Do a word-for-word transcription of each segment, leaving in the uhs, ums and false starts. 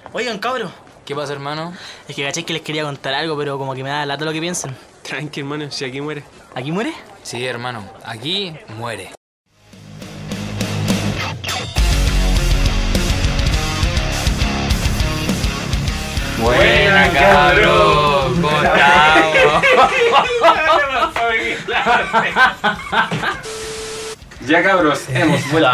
Oigan, cabros. ¿Qué pasa, hermano? Es que caché que les quería contar algo, pero como que me da lata lo que piensen. Tranqui, hermano, si aquí muere. ¿Aquí muere? Sí, hermano, aquí muere. Buena, cabrón, ¿cómo estamos? Ya, cabros, hemos vuelto.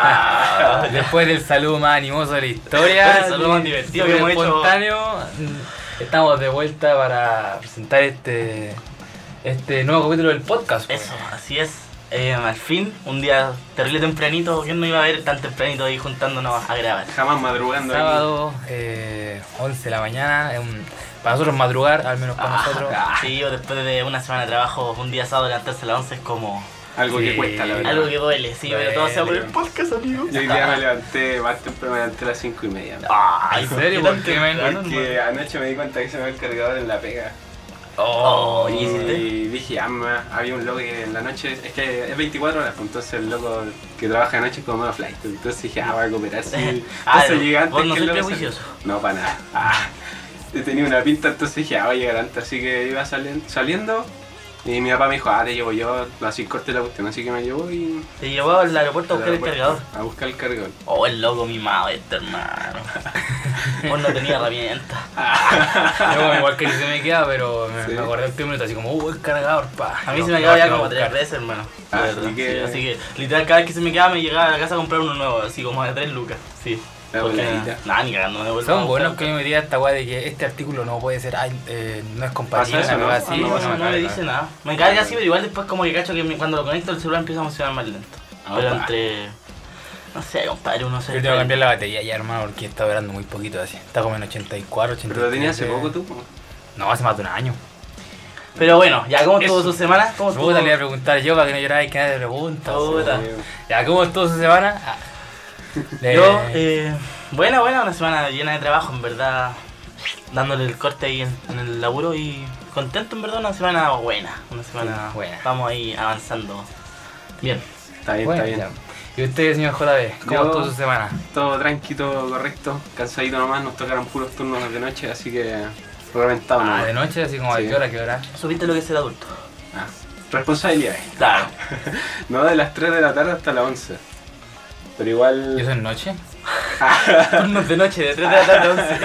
Después del saludo más animoso de la historia, El saludo más divertido que hemos hecho. espontáneo, estamos de vuelta para presentar este este nuevo capítulo del podcast. Pues. Eso, así es. Eh, al fin, un día terrible tempranito. ¿Quién no iba a ver tan tempranito ahí juntándonos a grabar? Jamás madrugando. Sábado, eh, once de la mañana, es un- para nosotros madrugar, al menos para nosotros. Sí, o después de una semana de trabajo, un día sábado levantarse a las once es como Algo Sí. que cuesta, la verdad. algo que duele. Sí, pero todo sea por el Duele. podcast, amigos. Yo hoy día me levanté más temprano, me levanté a las cinco y media. Ay, ¿En serio? ¿qué ¿Por tan qué, man? temprano, Porque hermano? anoche me di cuenta que se me había el cargador en la pega. Oh, Y ¿y hiciste? dije, ah, ma, había un loco que en la noche, es que es veinticuatro horas, pues, entonces el loco que trabaja de noche es como medio flight. Entonces dije, ah, voy a cooperar. Sí. Ah, Entonces llegué antes vos no que el sois loco prejuicioso. salió. No, para nada. Ah, tenía una pinta, entonces dije, ah, voy a llegar antes. Así que iba saliendo, saliendo y mi papá me dijo, ah, te llevo yo, así corte la cuestión. Así que me llevó y... Te llevó al aeropuerto a al buscar el aeropuerto, cargador. A buscar el cargador. Oh, el loco mimado este, hermano. Vos no tenías herramientas. Yo como igual que ni se me queda, pero me, Sí. me acordé el primer minuto así como, uh, el cargador, pa. A mí No, se me no, acaba ya no, como buscar. tres veces, hermano. Ah, De verdad, así que- sí, así que literal cada vez que se me quedaba me llegaba a la casa a comprar uno nuevo, así como de tres lucas. Sí. La Porque voladita. nada, ni cagando me vuelvo a Son buscar. buenos que me diga esta weá de que este artículo no puede ser, ay, eh, no es compatible, ¿Pasa eso, una no? weá Ah, así. No, no, no, me no me carga. dice nada. Me carga así, pero igual después como que cacho que me- cuando lo conecto el celular empieza a funcionar más lento. Ah, Pero pa. entre... No sé, compadre, uno se... Yo tengo que cambiar la batería ya, hermano, porque está durando muy poquito así. Está como en ochenta y cuatro, ochenta y tres. Pero lo tenía hace poco tú, po. No, hace más de un año. Pero bueno, ya, ¿cómo estuvo Eso. su semana? ¿Cómo estuvo? Puta, le iba a preguntar yo para que no lloráis, que nadie te pregunta. Puta. Sí. Ya, ¿cómo estuvo su semana? Ah. Le- Yo, eh, buena, buena, una semana llena de trabajo, en verdad, dándole el corte ahí en, en el laburo y contento, en verdad, una semana buena, una semana Sí, buena. Vamos ahí avanzando. Bien. Está bien, Bueno, está bien. ya. ¿Y usted, señor J B, cómo Yo- estuvo su semana? Todo tranqui, todo correcto, cansadito nomás, nos tocaron puros turnos de noche, así que reventado Ah, nomás. de noche, así como a Sí. qué hora, qué hora. ¿Supiste lo que es ser adulto? Ah, responsabilidades. Claro. No de las tres de la tarde hasta las once. Pero ¿Y igual... eso es noche? Turnos de noche, de tres de la tarde a once.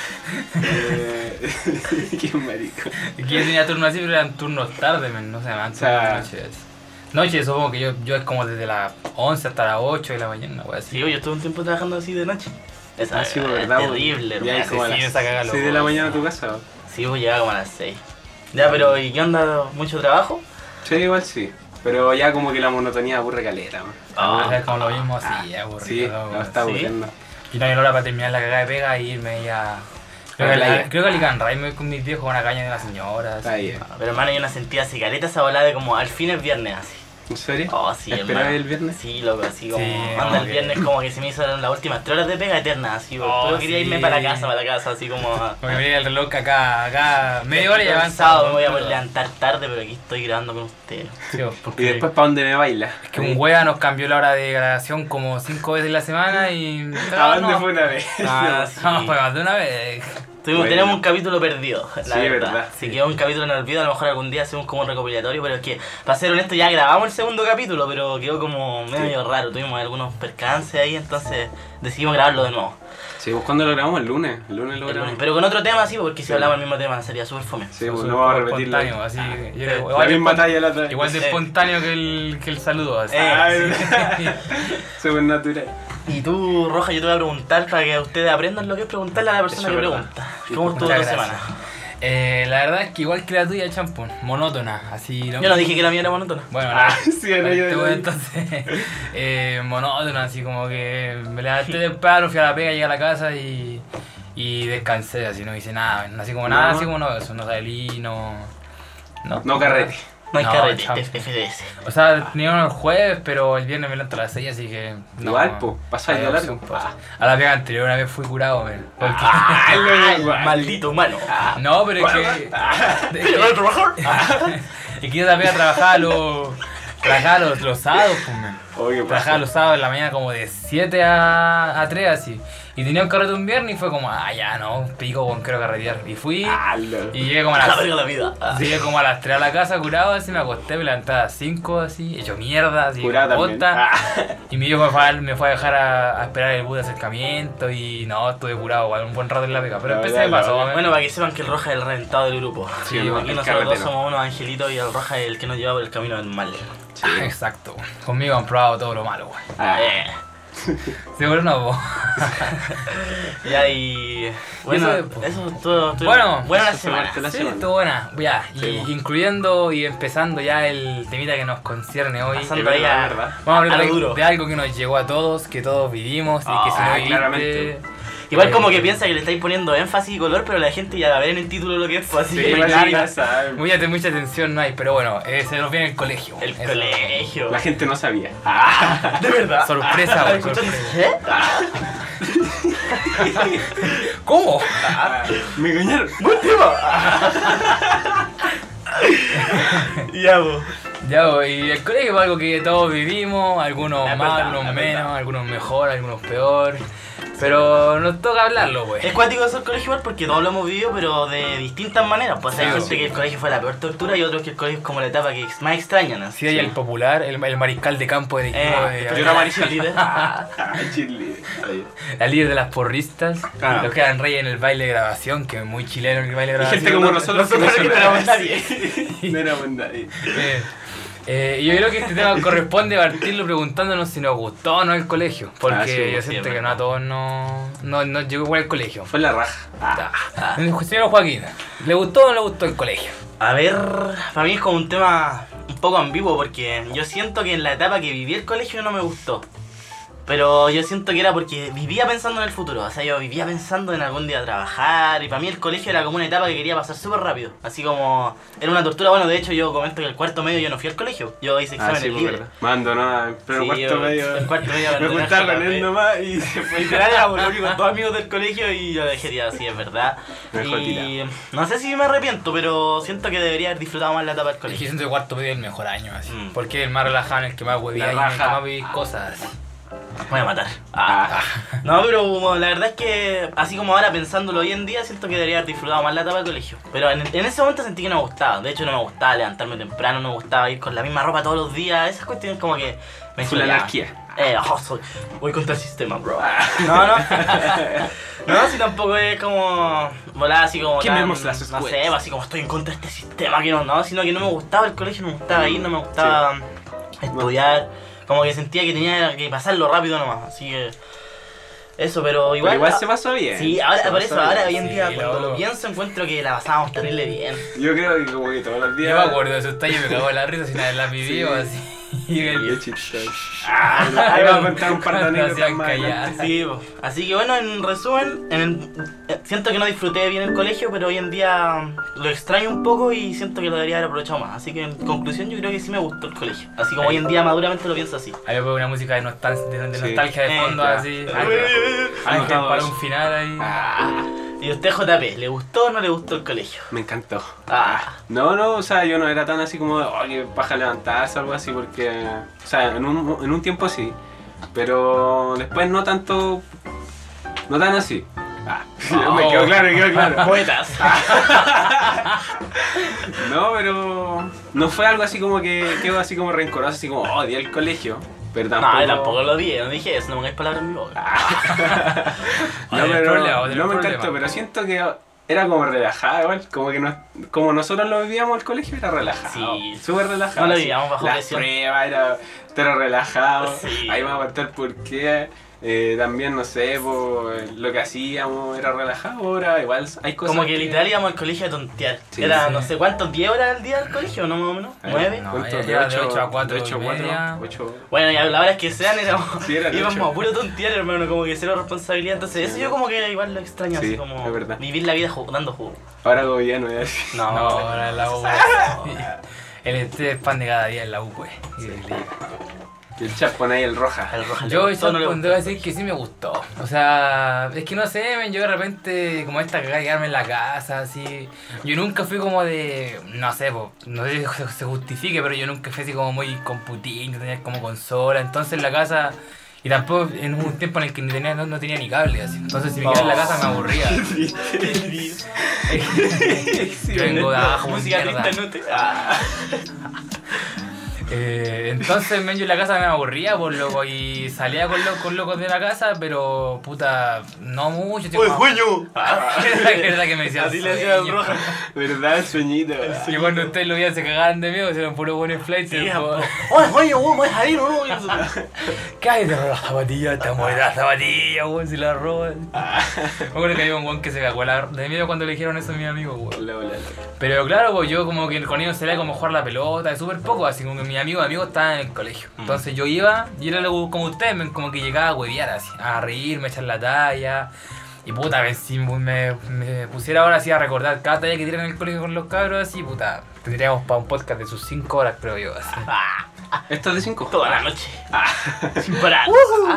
eh, Qué marico. Es que yo tenía turno así, pero eran turnos tarde, men, no sé, me O sea- noche. Noche, supongo que yo, yo es como desde las once hasta las ocho de la mañana, wea, así. Sí, yo estuve un tiempo trabajando así de noche. Esa Ah, sí, es ¿verdad? terrible, Ya hermano. es como a sí, las me saca calor. seis de la mañana a tu casa. Sí, pues llegaba como a las seis. Ya, pero ¿y qué onda? ¿Mucho trabajo? Sí, igual sí. Pero ya como que la monotonía aburre caleta, man. Ah, es como lo mismo así, ya, aburrido. Sí, loco. no está ¿Sí? aburriendo. Y no hay hora para terminar la cagada de pega y irme ya. Creo A que, la la, playa. creo que Alican Ray me voy con mis viejos a una caña de una señora. Está así. bien. Ah, pero hermano, yo no sentía así caleta esa volada de como al fin es viernes así. ¿En serio? Oh, sí, ¿Esperabas hermano. el viernes? Sí, loco, así como. Sí, anda como el que- viernes como que se me hizo las últimas tres horas de pega eterna, así. Oh, pero quería sí. irme para la casa, para la casa, así como. a- Porque venía el reloj acá, acá, media hora y Cansado, avanzado. me voy a poder levantar tarde, pero aquí estoy grabando con ustedes. Sí, Y porque después, ¿para dónde me baila? es que un wea nos cambió la hora de grabación como cinco veces en la semana y. ¿A dónde no, fue una vez? Ah, sí. Vamos para más de una vez. Tuvimos, Bueno. tenemos un capítulo perdido, la Sí, verdad. verdad, Si sí. quedó un capítulo en el olvido, a lo mejor algún día hacemos como un recopilatorio, pero es que, para ser honesto, ya grabamos el segundo capítulo, pero quedó como medio raro. Tuvimos algunos percances ahí, entonces decidimos grabarlo de nuevo. Sí, pues cuando lo grabamos el lunes. El lunes lo El lunes. grabamos. Pero con otro tema, sí, porque si Sí. hablamos del mismo tema sería súper fome. Sí, pues Soy no vamos a como repetirlo. espontáneo, así que yo era La igual La de misma espon- talla la otra. Igual de Sí. espontáneo que el, que el saludo. Así. Eh, Ah, súper natural. Y tú, Roja, yo te voy a preguntar para que ustedes aprendan lo que es preguntarle a la persona Eso que es verdad. pregunta. Sí, ¿Cómo estuvo Muchas tu gracias. semana? Eh, la verdad es que igual que la tuya, champón, monótona, así. lo Yo no mismo. dije que la mía era monótona. Bueno, Ah, nada. sí, no, yo Este lo weón, vi. entonces, eh, monótona, así como que me levanté temprano, fui a la pega, llegué a la casa y, y descansé, así no hice nada, así como nada, No. así como no, eso, no salí, no... No, No carrete. No hay No, carrete, chamo. F D S. O sea, tenía uno el jueves, pero el viernes me levanto a las seis, así que... No, Igual, po, pasáis no de hay largo. opción, po. A la pega anterior una vez fui curado, men. Porque- ¡Ay, maldito humano! No, pero es que... ¿Llegó a trabajar? Es que yo también trabajaba los... Trabajaba los, los sábados, pues, men. Oye, Trabajaba los sábados en la mañana como de siete a, a tres así. Y tenía un carrete un viernes y fue como, ah, ya no, pico, bueno, quiero carretear. Y fui Ah, lo- y llegué como a La las, verga la vida. Ah. llegué como a las tres a la casa curado, así me acosté, me levanté a las cinco así, hecho mierda, así, Curado también. bosta. Ah. Y mi viejo me fue, a, me fue a dejar a, a esperar el bus de acercamiento y no, estuve curado igual, un buen rato en la pega. Pero La empecé verdad, me pasó, la man. Bueno, para que sepan que el Roja es el reventado del grupo. Sí, Sí, bueno, Aquí el nosotros dos carretero. somos unos angelitos y el Roja es el que nos lleva por el camino del mal. Sí. Exacto, conmigo han probado todo lo malo, güey. Ah. Eh. Seguro no, po. Ya y... Bueno, eso es, po. eso es todo. todo- Bueno, buena la eso fue semana. parte de la Sí, semana. estuvo buena, ya, y Sí, po. incluyendo y empezando ya el temita que nos concierne hoy. Pasando Es ahí verdad, a- es verdad. Vamos a hablar a de, lo duro. de algo que nos llegó a todos, que todos vivimos y que si Ah, no viviste... claramente. Igual eh, como que piensa que le estáis poniendo énfasis y color, pero la gente ya va a ver en el título lo que es, pues así Sí, que igual claro, ya saben. Mucha, mucha atención no hay, pero bueno, eh, se nos viene el colegio. el Eso. colegio. La gente no sabía. Ah. De verdad. Sorpresa, güey, ¿Escuchaste? sorpresa. ¿Eh? ¿Cómo? Ah, me engañaron. ¡Buen tema! Ya, pues. Ya, bo, y el colegio es algo que todos vivimos, algunos Es más, verdad, algunos es menos, verdad. algunos mejor, algunos peor. Pero nos toca hablarlo, pues. Es cuático eso el colegio igual porque todos lo hemos vivido, pero de distintas maneras. Pues hay Sí, gente sí. que el colegio fue la peor tortura y otros que el colegio es como la etapa que más extrañan. ¿no? Sí, hay el popular, el, el mariscal de campo del equipo, Eh, de- yo era amarillo. líder. Ah, chile. Ahí. la líder de las porristas, Ah. los que eran reyes en el baile de grabación, que es muy chileno el baile de Y grabación. gente como nosotros nosotros que que no éramos nadie. No éramos nadie. Eh, eh, yo creo que este tema corresponde partirlo preguntándonos si nos gustó o no el colegio. Porque Ah, sí, yo sí, siento es que no a todos no, no, no llegó igual el colegio. Fue la raja. Ah. Ah. Señor Joaquín, ¿le gustó o no le gustó el colegio? A ver, para mí es como un tema un poco ambiguo porque yo siento que en la etapa que viví el colegio no me gustó. Pero yo siento que era porque vivía pensando en el futuro, o sea, yo vivía pensando en algún día trabajar y para mí el colegio era como una etapa que quería pasar súper rápido, así como era una tortura. Bueno, de hecho yo comento que el cuarto medio yo no fui al colegio, yo hice Ah, exámenes sí, pues, libres. verdad. Mando, ¿no? Pero Sí, cuarto yo- medio. en cuarto medio Me abandoné juntaba J con P. él nomás y se fue. Literal éramos los únicos dos amigos del colegio y yo dejé tirado, sí, es verdad. Mejor Y no sé si me arrepiento, pero siento que debería haber disfrutado más la etapa del Es que colegio. siento que cuarto medio es el mejor año, así. Mm. Porque es el más relajado, en el que más huevía La y en el que raja. más vivís cosas así. Voy a matar. Ah. No, pero como la verdad es que, así como ahora pensándolo hoy en día, siento que debería haber disfrutado más la etapa del colegio. Pero en, en ese momento sentí que no me gustaba. De hecho, no me gustaba levantarme temprano, no me gustaba ir con la misma ropa todos los días. Esas cuestiones como que me Fue la choreaban. anarquía. Eh, oh, soy, voy contra el sistema, bro. No, no. No, si tampoco es como volar así como Quememos tan, las no sé, escuelas. así como estoy en contra de este sistema, que no, no, sino que no me gustaba el colegio, no me gustaba ir, no me gustaba estudiar, como que sentía que tenía que pasarlo rápido nomás, así que eso, pero igual. Pero igual se pasó bien. Sí, ahora, Se por pasó eso, ahora bien. hoy en día Sí, cuando lo- lo pienso encuentro que la pasábamos terrible bien. Yo creo que como que todos los días. Yo me acuerdo de esos tallos y me cago en la risa sin haberla vivido Sí. así. Y Qué el... chistoso. Ah, ahí va a contar un par de Cuando anécdotas hacían más. callar. ¿no? Sí, po. Así que bueno, en resumen, en el- eh, siento que no disfruté bien el colegio, pero hoy en día lo extraño un poco y siento que lo debería haber aprovechado más. Así que en conclusión yo creo que sí me gustó el colegio. Así como hoy en día maduramente lo pienso así. Ahí veo una música de, nostal de, de Sí. nostalgia de Eh, fondo, ya. así. Ah, Ángel Anotado para eso. un final ahí. Ah, ¿Y usted, J P, le gustó o no le gustó el colegio? me encantó. Ah, No, no, o sea, yo no era tan así como, oh, que paja levantarse o algo así, porque, o sea, en un, en un tiempo sí, pero después no tanto, no tan así. Ah, me quedó claro, me quedó claro. poetas. No, pero no fue algo así como que quedó así como rencoroso, así como, oh, odié el colegio, pero tampoco... No, yo tampoco lo dije, no dije eso, no pongáis palabras en mi boca. No, Otro pero problema, otro no me problema. encantó, pero siento que era como relajada igual, como que no, como nosotros lo vivíamos el colegio era relajado, Sí. súper relajado. No lo así. vivíamos bajo Las presión. pruebas era pero relajado, Sí. ahí vamos a contar por qué. Eh, también, no sé, pues, lo que hacíamos era relajado, ahora igual hay cosas Como que literal íbamos al colegio a tontear. Sí, Era sí. no sé cuántos, diez horas al día al colegio, ¿no? Más o menos. Eh, ¿Nueve? No, ¿Cuánto? ella era de ocho a cuatro de ocho a y cuatro, media. ocho. Bueno, y a las horas que sean éramos, Sí, era de íbamos ocho. a puro tontear, hermano, como que cero responsabilidad. Entonces, Sí, eso yo ¿no? como que igual lo extraño, Sí, así como es verdad. vivir la vida ju- dando jugo. Ahora como ya no es así. No, No, ahora la U. El estrés pan de cada día en la U, pues. Y el día. Y el chat pone ahí el roja. el roja le Yo gustó, no le yo gustó. debo decir que sí me gustó. O sea, es que no sé, men, yo de repente, como esta cagada de quedarme en la casa, así. Yo nunca fui como de. No sé, po, no sé si se- se justifique, pero yo nunca fui así como muy computín, no tenía como consola. Entonces en la casa Y tampoco en un tiempo en el que ni tenía, no, no tenía ni cable, así. Entonces si me quedaba en la casa me aburría. Yo vengo de abajo, música mierda. triste, no te... Ah. Eh, entonces men, yo en la casa me aburría, por loco, y salía con, lo, con locos de la casa, pero puta, no mucho. ¡Oye, sueño! Es verdad que me decían Así le decía al sueño. Roja. ¿Verdad? El sueñito. Y cuando ustedes lo veían se cagaban de miedo, se eran puros buenos flights. Sí, y po. después, ¡Oye, sueño, weón! ¡Voy a salir, weón! cállate con las zapatillas, te mueres las zapatillas, weón, si las robas. Me acuerdo que había un weón que se cagó la- de miedo cuando le dijeron eso a mi amigo, weón. Hola, hola. Pero claro, pues yo como que con ellos salía como a jugar la pelota, y súper poco, así como que mis amigos, amigos estaban en el colegio. Entonces yo iba, y era lo- como ustedes, men, como que llegaba a huevear así, a reírme, a echar la talla. Y puta, ven, si me, me pusiera ahora así a recordar cada talla que tiran en el colegio con los cabros, así, puta, tendríamos para un podcast de sus cinco horas, creo yo, así. ¿Esto es de cinco? Toda la noche. Ah, Sin parar.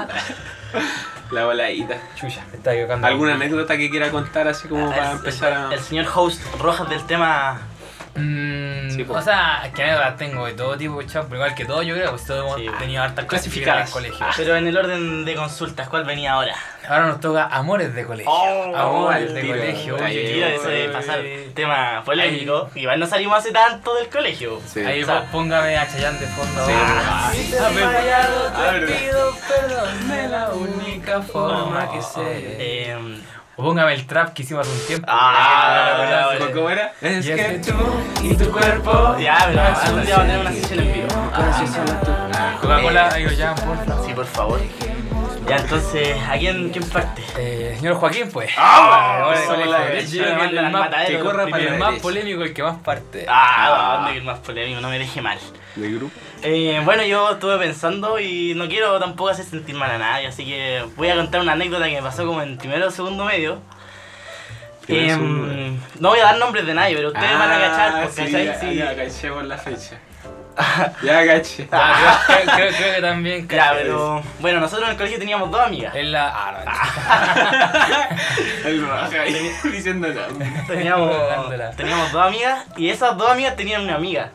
la voladita. Chucha, me está equivocando. ¿Alguna anécdota que quiera contar así como para El- empezar a...? El señor host Rojas del tema... Mm, Sí, po. o sea, es que anécdotas tengo de todo tipo, chavo, pero igual que todo yo creo, pues todos Sí, hemos tenido hartas clasificadas. clasificadas en el colegio. Pero en el orden de consultas, ¿cuál venía ahora? Ahora nos toca amores de colegio. Oh, amores al de tiro. colegio. Ahí, oye, Mira, eso de oye. pasar tema polémico. Igual no salimos hace tanto del colegio. Sí. Ahí O sea, po- póngame a Chayanne de fondo. Sí. Ah, Sí. si te he fallado, Ah, te verdad. pido perdón, es la única forma que sé. Eh, O póngame el trap que hicimos hace un tiempo. Ah, Eh, bueno, eh, bueno. ¿Cómo era? Es Y es que que tú y tu cuerpo. ya, pero algún día vamos a tener una sesión en vivo. Coca-Cola, ahí ya, por favor. Sí, por favor. Ya, entonces, ¿a quién, quién parte? Eh, señor Joaquín, pues. Ah, Ahora eso el la colegio. derecha, Yo creo que manda el al más- matadero, que corra los para el primeros. la más derecha. polémico, el que más parte. Ah, ¿dónde que el más polémico? No me deje mal. ¿De grupo? Eh, bueno, yo estuve pensando y no quiero tampoco hacer sentir mal a nadie, así que voy a contar una anécdota que me pasó como en primero o segundo medio. Primero o Eh, segundo medio. no voy a dar nombres de nadie, pero ustedes van a cachar, porque sí, ¿cachai? ya, Sí. ya caché por la fecha. Ya caché. Ya, creo, creo- creo- creo que también. Ya, pero bueno, nosotros en el colegio teníamos dos amigas. Es la. Ah, no, El roja ahí diciendo nada. Teníamos, Dándola. teníamos dos amigas y esas dos amigas tenían una amiga.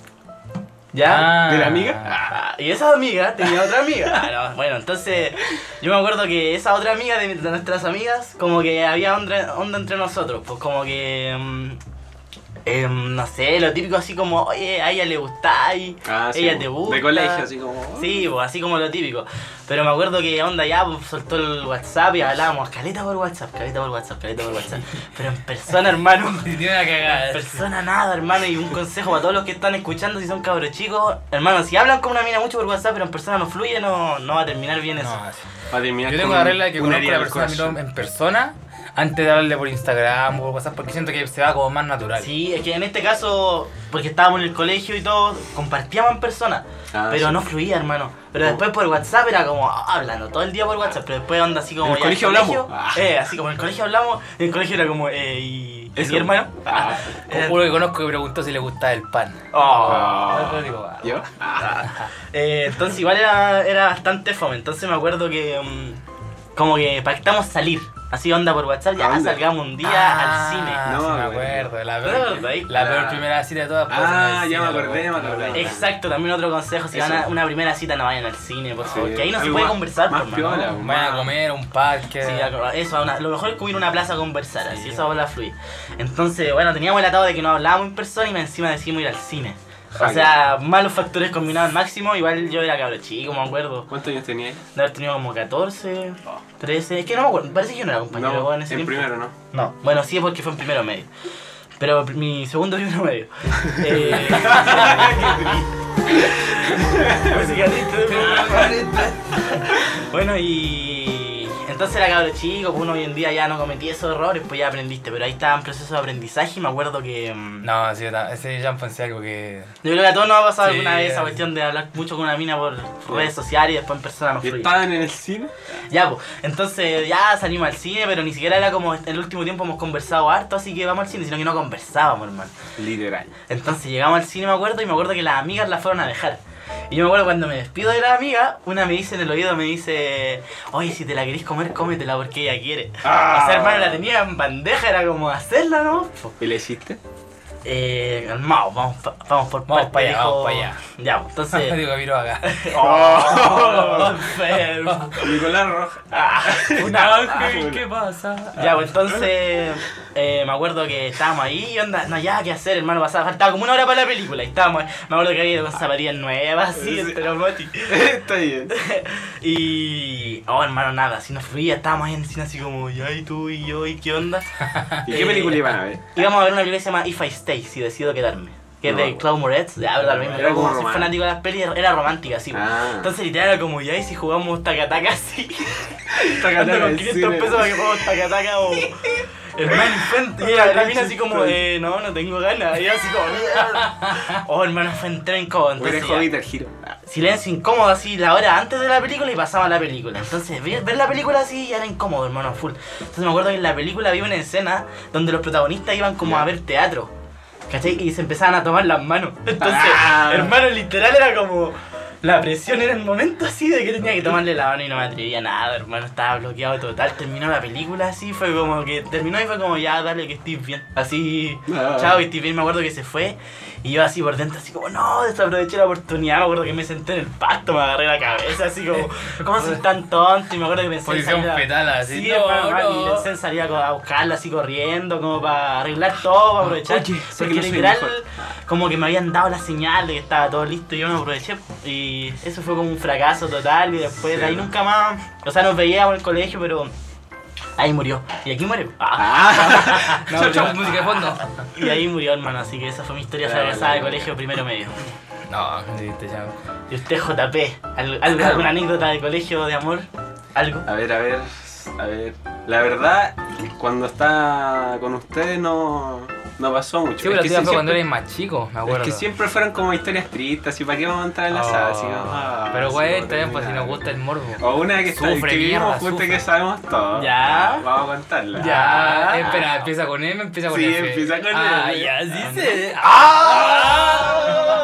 ¿Ya? Ah. ¿De la amiga? Ah, y esa amiga tenía otra amiga. Ah, no, bueno, entonces yo me acuerdo que esa otra amiga de, de nuestras amigas, como que había onda, onda entre nosotros, pues como que... mm, em, no sé, lo típico así como, oye, a ella le gustáis, Ah, sí, ella po. te gusta. De colegio, así como. Sí, pues así como lo típico. Pero me acuerdo que onda ya pues, soltó el WhatsApp y hablábamos caleta por WhatsApp, caleta por WhatsApp, caleta por WhatsApp. Pero en persona, hermano. Si tiene una cagada. En persona nada, hermano, y un consejo para todos los que están escuchando si son cabros chicos. Hermano, si hablan con una mina mucho por WhatsApp, pero en persona no fluye, no, no va a terminar bien eso. No, sí. Va a terminar Yo con tengo la regla de que una conozco a herida la del persona corazón. en persona antes de hablarle por Instagram o por WhatsApp porque siento que se va como más natural. Sí, es que en este caso, porque estábamos en el colegio y todo, compartíamos en persona, Ah, pero sí. no fluía, hermano. Pero Oh. después por WhatsApp era como ah, hablando todo el día por WhatsApp, pero después onda así como ¿En el ya colegio hablamos? Ah. Eh, así como en el colegio hablamos, en el colegio era como, eh, y, ¿y Eso. mi hermano? Ah. Era- Uno que conozco que preguntó si le gustaba el pan. Oh. Ah. Yo digo, ah. ¿Yo? Eh, entonces igual era, era bastante fome. Entonces me acuerdo que mm, como que pactamos salir. Así onda por WhatsApp, ¿A ya dónde? salgamos un día Ah, al cine. No sí me me acuerdo. acuerdo. La ¿Te peor, acordáis? la peor Ah. primera cita de todas. pues, Ah, en el ya cine, me acordé, loco. me acordé. Exacto, también otro consejo, si van a Eso. una primera cita no vayan al cine, por favor, Sí, que ahí no se algo puede más- conversar, más por piola, mano. po. Vayan a comer a un parque. Sí, a- eso, a una- lo mejor es como ir a una plaza a conversar, Sí. así esa bola fluye. Entonces, bueno, teníamos el atado de que no hablábamos en persona y más encima decidimos ir al cine. O Jaque. sea, malos factores combinados al máximo, igual yo era cabro chico, me acuerdo. ¿Cuántos años tenías? De haber tenido como catorce, trece, es que no me acuerdo, parece que yo no era compañero No, en ese en tiempo. primero no. No, bueno, sí, porque fue en primero medio. Pero pr- mi segundo primero medio. Eh, Música triste. Bueno, y entonces era cabro chico, pues uno hoy en día ya no cometí esos errores, pues ya aprendiste. Pero ahí estaba en proceso de aprendizaje y me acuerdo que... mm, No, sí, ta- ese ya fue algo que. Yo creo que a todos nos ha pasado Sí, alguna vez esa sí. cuestión de hablar mucho con una mina por redes sociales y después en persona no ¿Y fluye. estaban en el cine? Ya, pues, entonces ya salimos al cine, pero ni siquiera era como en el último tiempo hemos conversado harto, así que vamos al cine, sino que no conversábamos, hermano. Literal. Entonces llegamos al cine, me acuerdo, y me acuerdo que las amigas las fueron a dejar. Y yo me acuerdo cuando me despido de la amiga, una me dice en el oído, me dice, oye, si te la querés comer, cómetela porque ella quiere. Ah. O sea, hermano, la tenía en bandeja, era como hacerla, ¿no? ¿Y le hiciste? Eh, calmado, vamos, pa- vamos por Vamos parte, pa' allá, dijo- vamos pa' allá. Ya, pues, entonces... Digo, miro acá. ¡Oh! enfermo. Nicolás Roja. Ah, Una una- ángel, ¿qué pasa? Ya, pues entonces eh, me acuerdo que estábamos ahí y onda, no había qué hacer, hermano, pasaba, faltaba como una hora para la película y estábamos, me acuerdo que había con zapatillas nuevas, así, Sí. entre Moti. Está bien. Y, oh hermano, nada, así nos fluía, estábamos ahí en cine así como, ya, y tú y yo, y qué onda. ¿Y qué Eh, película iban a ver? Íbamos a ver una película que se llama If I Stay, si decido quedarme. Que es No. de Claude Moretz, ya, verdad, lo mismo, Era era como como soy romántico. fanático de las pelis, era romántica, sí. Ah. Entonces literal era como, ya, y si jugamos taca-taca así. Taca-taca Ando con en quinientos cine. pesos para que juguemos taca-taca o... Hermano, frente, y ella termina así como, eh, no, no tengo ganas, y yo así como, mierda. Oh, hermano, fue entero incómodo, Hubiera entonces jugado ya, Guitar Hero. Ah. silencio incómodo así la hora antes de la película y pasaba la película. Entonces, ver, ver la película así ya era incómodo, hermano, full. Entonces me acuerdo que en la película había una escena donde los protagonistas iban como Ya. a ver teatro, ¿cachai? Y se empezaban a tomar las manos. Entonces, Ah. hermano, literal era como... La presión era el momento así de que tenía que tomarle la mano y no me atrevía a nada, hermano, estaba bloqueado total. Terminó la película así, fue como que terminó y fue como ya, dale que estés bien. Así, Ah. chao, que estés bien. Me acuerdo que se fue y yo así por dentro, así como, no, desaproveché la oportunidad. Me acuerdo que me senté en el pasto, me agarré la cabeza, así como, ¿cómo soy tan tonto? Y me acuerdo que pensé en Posición salir a- fetal, así, Sí, no, hermano, no. y pensé en salir a, a buscarla así corriendo, como para arreglar todo, para aprovechar. Oye, sé que porque no soy literal, mejor. como que me habían dado la señal de que estaba todo listo y yo no aproveché. Y eso fue como un fracaso total y después de ahí Sí. nunca más, o sea, nos veíamos en el colegio, pero ahí murió. Y aquí muere. Ah. Ah. No, Chau, chau, pero- música de fondo. Y ahí murió, hermano, así que esa fue mi historia Dale, fracasada de dale. colegio primero medio. No, no viste, ya. ¿Y usted, J P? ¿Al- algo- ¿Alguna anécdota de colegio de amor? ¿Algo? A ver, a ver, a ver. La verdad, cuando estaba con ustedes no, no pasó mucho. Sí, pero es, que la tuya si- fue cuando siempre, eres más chico, me es acuerdo. que siempre fueron como historias tristes, ¿y para qué vamos a entrar en la Oh, sala? Así como, ah, pero así güey, como está bien, pues si terminar. nos gusta el morbo. O una que, está, Sufre, que vivimos mierda, juntos sufre. que sabemos todo. Ya. Vamos a contarla. Ya, espera, empieza con M, empieza con Sí, F. empieza con ah, M. ya, sí Ah, se. ¡Ah!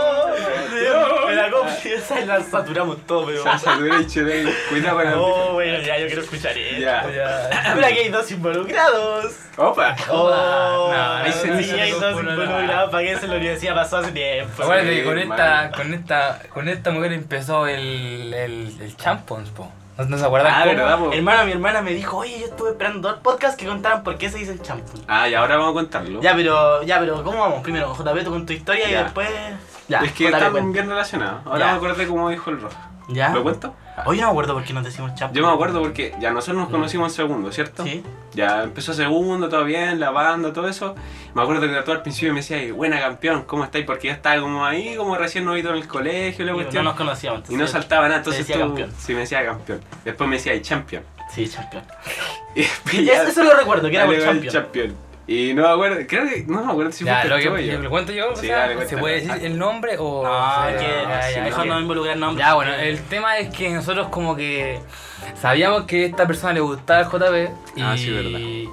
Me la confianza y la saturamos todo, pero... Ya, saturation ahí. Cuidado con el... Oh, bueno, ya, yo quiero escuchar esto. Ya. Ya. Espera, que hay dos involucrados. Opa. Oh, No, ahí se sí, dice hay dos dos por una. involucrados. ¿Para qué eso en la universidad pasó hace tiempo? Acuérdate Sí, que con hermano. esta, con esta, con esta mujer empezó el, el, el Champons, po. ¿No, no se acuerdan Ah, cómo? ¿verdad, po? Hermano, mi hermana me dijo, oye, yo estuve esperando dos podcasts que contaran por qué se dice el champú. Ah, y ahora vamos a contarlo. Ya, pero, ya, pero, ¿cómo vamos? Primero, J P, tú con tu historia Ya. y después... Ya, es que J P, están cuenta. bien relacionados. Ahora Ya. me acordé cómo dijo el rojo. ¿Ya? ¿Lo cuento? Oye, no me acuerdo por qué nos decimos champú. Yo me acuerdo porque ya nosotros nos conocimos en segundo, ¿cierto? Sí. Ya empezó segundo, todo bien, la banda, todo eso. Me acuerdo que todo al principio me decía, buena campeón, ¿cómo estáis? Porque ya estaba como ahí, como recién novito en el colegio, la Y no cuestión. nos conocíamos. Y no entonces- saltaba nada, te entonces decía tú... campeón. Sí, me decía campeón. Después me decía, y champion. Sí, champion. Y después Y ya- eso, eso lo recuerdo, que era por Dale, champion. champion. Y no me acuerdo, creo que, no me acuerdo si Ya, fuiste lo tú o que yo. yo, ¿lo cuento yo? O Sí, sea, dale, ¿se cuéntalo. puede decir el nombre o...? No, o es sea, que ya, ya, mejor es no que- involucrar nombres. Ya, bueno, el tema es que nosotros como que sabíamos que a esta persona le gustaba el J P y... Ah, sí, verdad.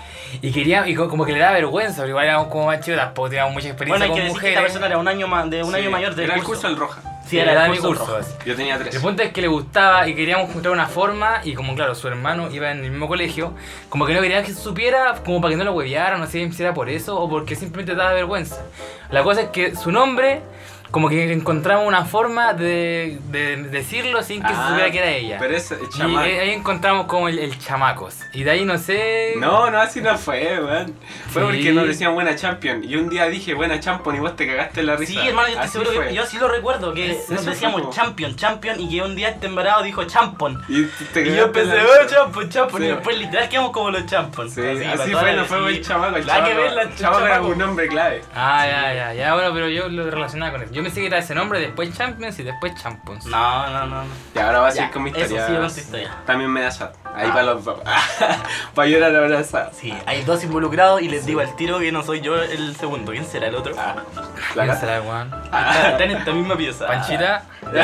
Y quería, y co- como que le daba vergüenza, porque igual éramos como más chicos, tampoco teníamos mucha experiencia Bueno, hay que con decir que mujeres. esta persona era un año, más, de un Sí, año mayor del Era el curso. curso del Roja. Sí, era, el mi curso curso. rojo. así. Yo tenía tres. El punto es que le gustaba y queríamos juntar una forma y como claro, su hermano iba en el mismo colegio, como que no querían que se supiera, como para que no lo hueveara, no sé si era por eso o porque simplemente daba vergüenza. La cosa es que su nombre, como que encontramos una forma de, de decirlo sin que se Ah, supiera que era ella. Pero es el Y chamaco. ahí encontramos como el, el chamacos. Y de ahí no sé... No, no, así no fue, weón. Fue Sí. porque nos decían buena champion. Y un día dije buena champion y vos te cagaste la risa. Sí, hermano, yo estoy Así seguro fue. que yo sí lo recuerdo, que Eso nos fue, decíamos po. champion, champion, y que un día este embarado dijo champon. Y, te Y yo cagaste empecé, la oh, risa. champon, champon, Sí. y después literal quedamos como los champons. Sí, para así toda fue, la- no fue sí. el chamaco. El Nada que chamaco, ver, la el chamaco era chamaco. un nombre clave. Ah, ya, ya, ya, bueno, pero yo lo relacionaba con eso. Yo me sé que era ese nombre, después Champions y después Champons. No, no, no. no. Y ahora va a Ya, seguir con mi eso, historia. sigue con tu historia. También me da sad. Ahí Ah. para los dos. Para llorar abrazado. Sí, hay dos involucrados y les digo al tiro que no soy yo el segundo. ¿Quién será el otro? Ah, ¿Quién la será, weón? Está, está en esta misma pieza. Panchita.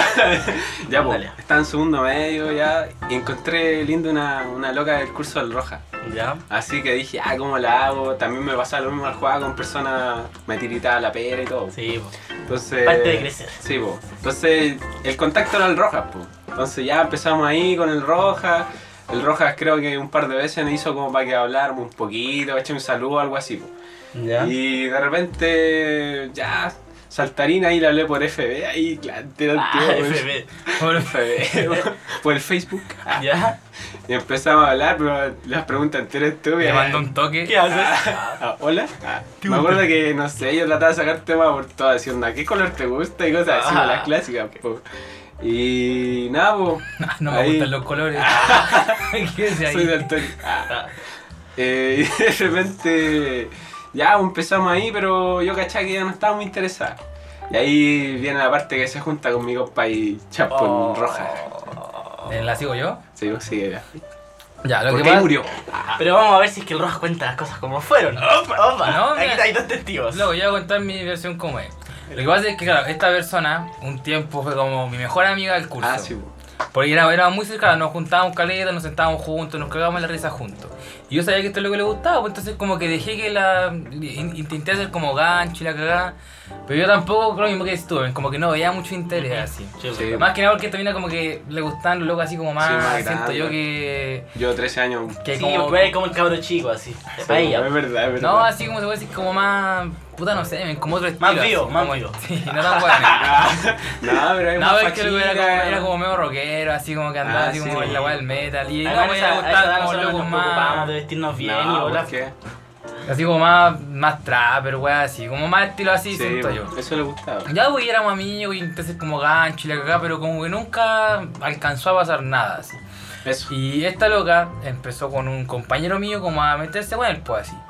Ya, pues, Dale. estaba en segundo medio ya y encontré lindo una, una loca del curso del Roja. Ya. Así que dije, ah, ¿cómo la hago? También me pasaba lo mismo al jugar con personas, me tiritaba la pera y todo. Sí, po. Entonces, Parte de crecer. Sí, pues. Entonces, el contacto era el Roja, pues. Entonces ya empezamos ahí con el Roja. el Rojas creo que un par de veces me hizo como para que habláramos un poquito, eché un saludo o algo así. Po. ¿Ya? Y de repente, ya, saltarina ahí le hablé por F B, ahí, claro, tira el Ah, tío. pues. F B. Por F B, por el Facebook. ¿Ya? Y empezamos a hablar, pero las preguntas enteras estúpidas. Le mandó un toque. ¿Qué haces? Ah, ¿Hola? Ah, me acuerdo que, no sé, yo trataba de sacar temas por todo, diciendo, ¿qué color te gusta? Y cosas así, Ah. las clásicas. Po. Y nada, pues. No me Ahí. gustan los colores. ¿Qué es ahí? Soy daltónico. Ah. Eh, y de repente, ya pues, empezamos ahí, pero yo caché que ya no estaba muy interesado. Y ahí viene la parte que se junta con mi compa y Chapón Oh. Roja. Eh, ¿La sigo yo? Sí, pues, sí, era. Ya, lo que Porque ahí pasa... murió. Pero vamos a ver si es que el Rojas cuenta las cosas como fueron. Opa, opa. No, Aquí mira. hay dos testigos. Luego, yo voy a contar mi versión como es. Lo que pasa es que, claro, esta persona, un tiempo fue como mi mejor amiga del curso. Ah, sí, pues. Porque era, éramos muy cercanos, nos juntábamos caleta, nos sentábamos juntos, nos cagábamos la risa juntos. Y yo sabía que esto es lo que le gustaba, pues entonces como que dejé que la... in- intenté hacer como gancho y la cagada. Pero yo tampoco, creo lo mismo que estuve, como que no veía mucho interés así. Sí, Sí. Más que nada porque también era como que le gustaban los locos así como más, Sí, más siento grande. yo que... Yo trece años. que Sí, como... porque es como el cabro chico, así. Sí, Para ella. es verdad, es verdad. No, así como se puede decir, como más... Puta, no sé, como otro estilo. Más así, vivo, más como- vivo. Sí, no tan bueno. No, pero es No, más es que era como, fachita. era como medio rockero, así como que andaba Ah, así sí. como en la weá del metal. Y Además, no, a me esa- a esa edad gustaban como nosotros locos nos preocupábamos más... de vestirnos bien y No, bola. ¿por qué? Así como más, más trapper, weá, así, como más estilo así, Sí, siento pues, yo. eso le gustaba. Ya, pues, y éramos amigos, y entonces como gancho y la cagada, pero como que nunca alcanzó a pasar nada, así. Eso. Y esta loca empezó con un compañero mío como a meterse con él, pues, así.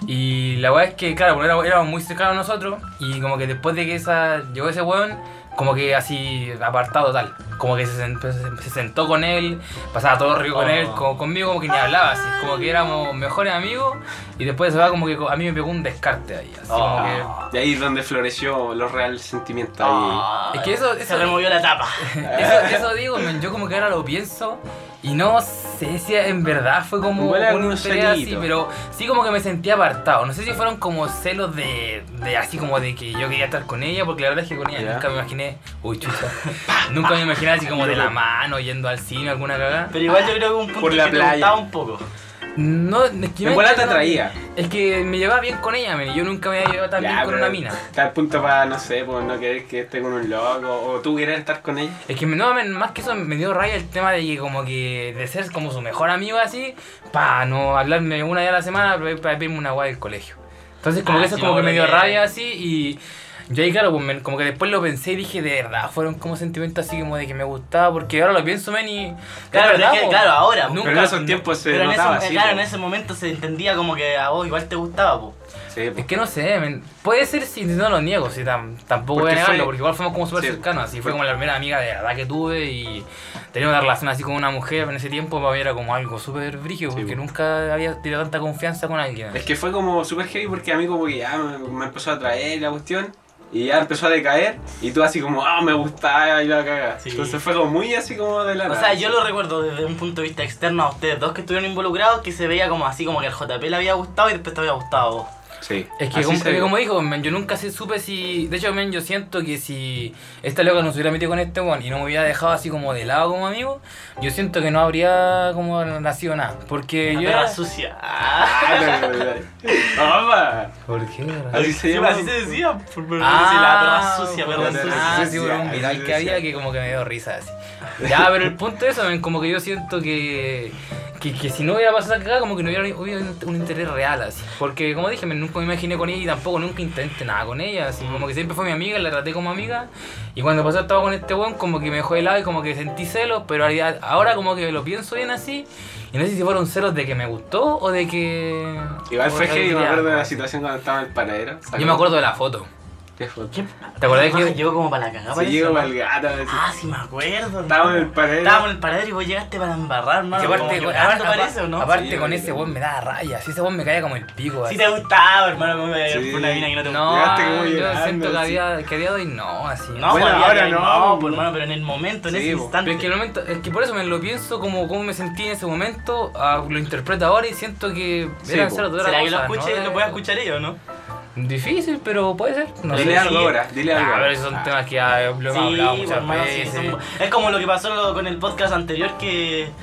Y la weá es que, claro, pues, éramos, éramos muy cercanos nosotros, y como que después de que esa llegó ese weón, como que así apartado total. Como que se, sent- se- se sentó con él, pasaba todo rico con Oh. él, como, conmigo como que ni hablaba, así, como que éramos mejores amigos, y después de eso va como que a mí me pegó un descarte ahí, así como que... Y ahí es donde floreció los reales sentimientos ahí. Ah, Es que eso- se eso- removió la tapa. Eso, eso digo, men, yo como que ahora lo pienso y no sé si en verdad fue como Igual un algunos interés así, celitos. pero sí como que me sentía apartado. No sé si fueron como celos de, de así como de que yo quería estar con ella, porque la verdad es que con ella Ya. nunca me imaginé, uy chucha, nunca me imaginé así como de la mano, yendo al cine, alguna cagada. Pero igual yo creo que un punto Por la que te playa. gustaba un poco. No, es que En bola te no- atraía. Es que me llevaba bien con ella, men, y yo nunca me había llevado tan bien Ya, con pero una mina. Está al punto para, no sé, pues no querer que esté con un loco o tú querer estar con ella. Es que no, men, más que eso me dio raya el tema de que como que de ser como su mejor amigo así, pa, no hablarme una vez a la semana para para pedirme una guay del colegio. Entonces como Ah, que eso sí, como me que me dio acuerdo que- raya así y yo ahí claro, pues, men, como que después lo pensé y dije de verdad, fueron como sentimientos así como de que me gustaba, porque ahora lo pienso, men, y... Claro, de verdad, es que, po, claro, ahora. Nunca- Pero en esos tiempos se Pero en ese, notaba así. claro, en pues. ese momento se entendía como que a vos igual te gustaba, po. Sí, pues. Es que no sé, men, puede ser si no lo niego, si tam- tampoco voy a Porque negarlo, fue- porque igual fuimos como súper sí. cercanos, así fue como la primera amiga de verdad que tuve y tenía una relación así con una mujer en ese tiempo para mí era como algo súper brígido, Sí, porque po. nunca había tenido tanta confianza con alguien. Es que fue como super heavy porque a mí como que ya me, me empezó a atraer la cuestión y ya empezó a decaer y tú así como, ah, me gustaba y la caga. Sí. Entonces fue como muy así como de la O nada. sea, yo lo recuerdo desde un punto de vista externo a ustedes dos que estuvieron involucrados, que se veía como así como que al J P le había gustado y después te había gustado a vos. Sí. Es que así como, se que dio. como dijo, men, yo nunca se supe si... De hecho, men, yo siento que si esta loca no se hubiera metido con este weón y no me hubiera dejado así como de lado como amigo, yo siento que no habría como nacido nada. Porque La yo perra era... sucia. Ah, no, no, no. ¡Opa! ¿Por qué? Así se Sí, llama. así se decía. Por, por, Ah, sí, la perra sucia, perra por- sucia. Ah, sucia. sí, por un Así viral se que había decía. que como que me dio risa así. Ya, pero el punto de eso, men, como que yo siento que, que, que si no hubiera pasado esa cagada, como que no hubiera, hubiera un, un interés real así. Porque como dije, men, nunca me imaginé con ella y tampoco nunca intenté nada con ella. Así como que siempre fue mi amiga, la traté como amiga. Y cuando pasó estaba con este weón, como que me dejó de lado y como que sentí celos, pero ahora- ahora como que lo pienso bien así. Y no sé si fueron celos de que me gustó o de que... Igual o fue de heavy, me que- acuerdo de la situación cuando estaba en el paradero. Yo me acuerdo de la foto. ¿Qué fue? ¿Qué? ¿Te acordás Roja que- llegó como para la cagada? Se parece, llegó ¿no? para el gato. así. Ah, sí me acuerdo. Estábamos en el hermano. paradero. Estábamos en el paradero y vos llegaste para embarrar, hermano. Y como aparte, que con- llorando, aparte- parece, ¿o no? aparte Sí, con yo- ese weón me daba raya, si ese weón me caía como el pico. Sí así. te gustaba, hermano, como me Sí. por una mina que no te No, Llegaste como yo llorando, siento que así. había, que había hoy no, así. No, Bueno, pues, ahora había- no, no, pues, pues, hermano, pero en el momento, en Sí, ese pues. instante. Pero es que el momento, es que por eso me lo pienso como cómo me sentí en ese momento, ah, lo interpreto ahora y siento que Sí, eran po. celos de otra ¿Será que lo cosa, escuche, ¿no? lo pueda escuchar ellos, no? Difícil, pero puede ser. No Dile sé. algo sí. ahora, dile algo. Ah, pero ahora. esos son Ah. temas que ya lo hemos Sí, hablado pues, muchas hermano, sí, veces. son- es como lo que pasó lo- con el podcast anterior que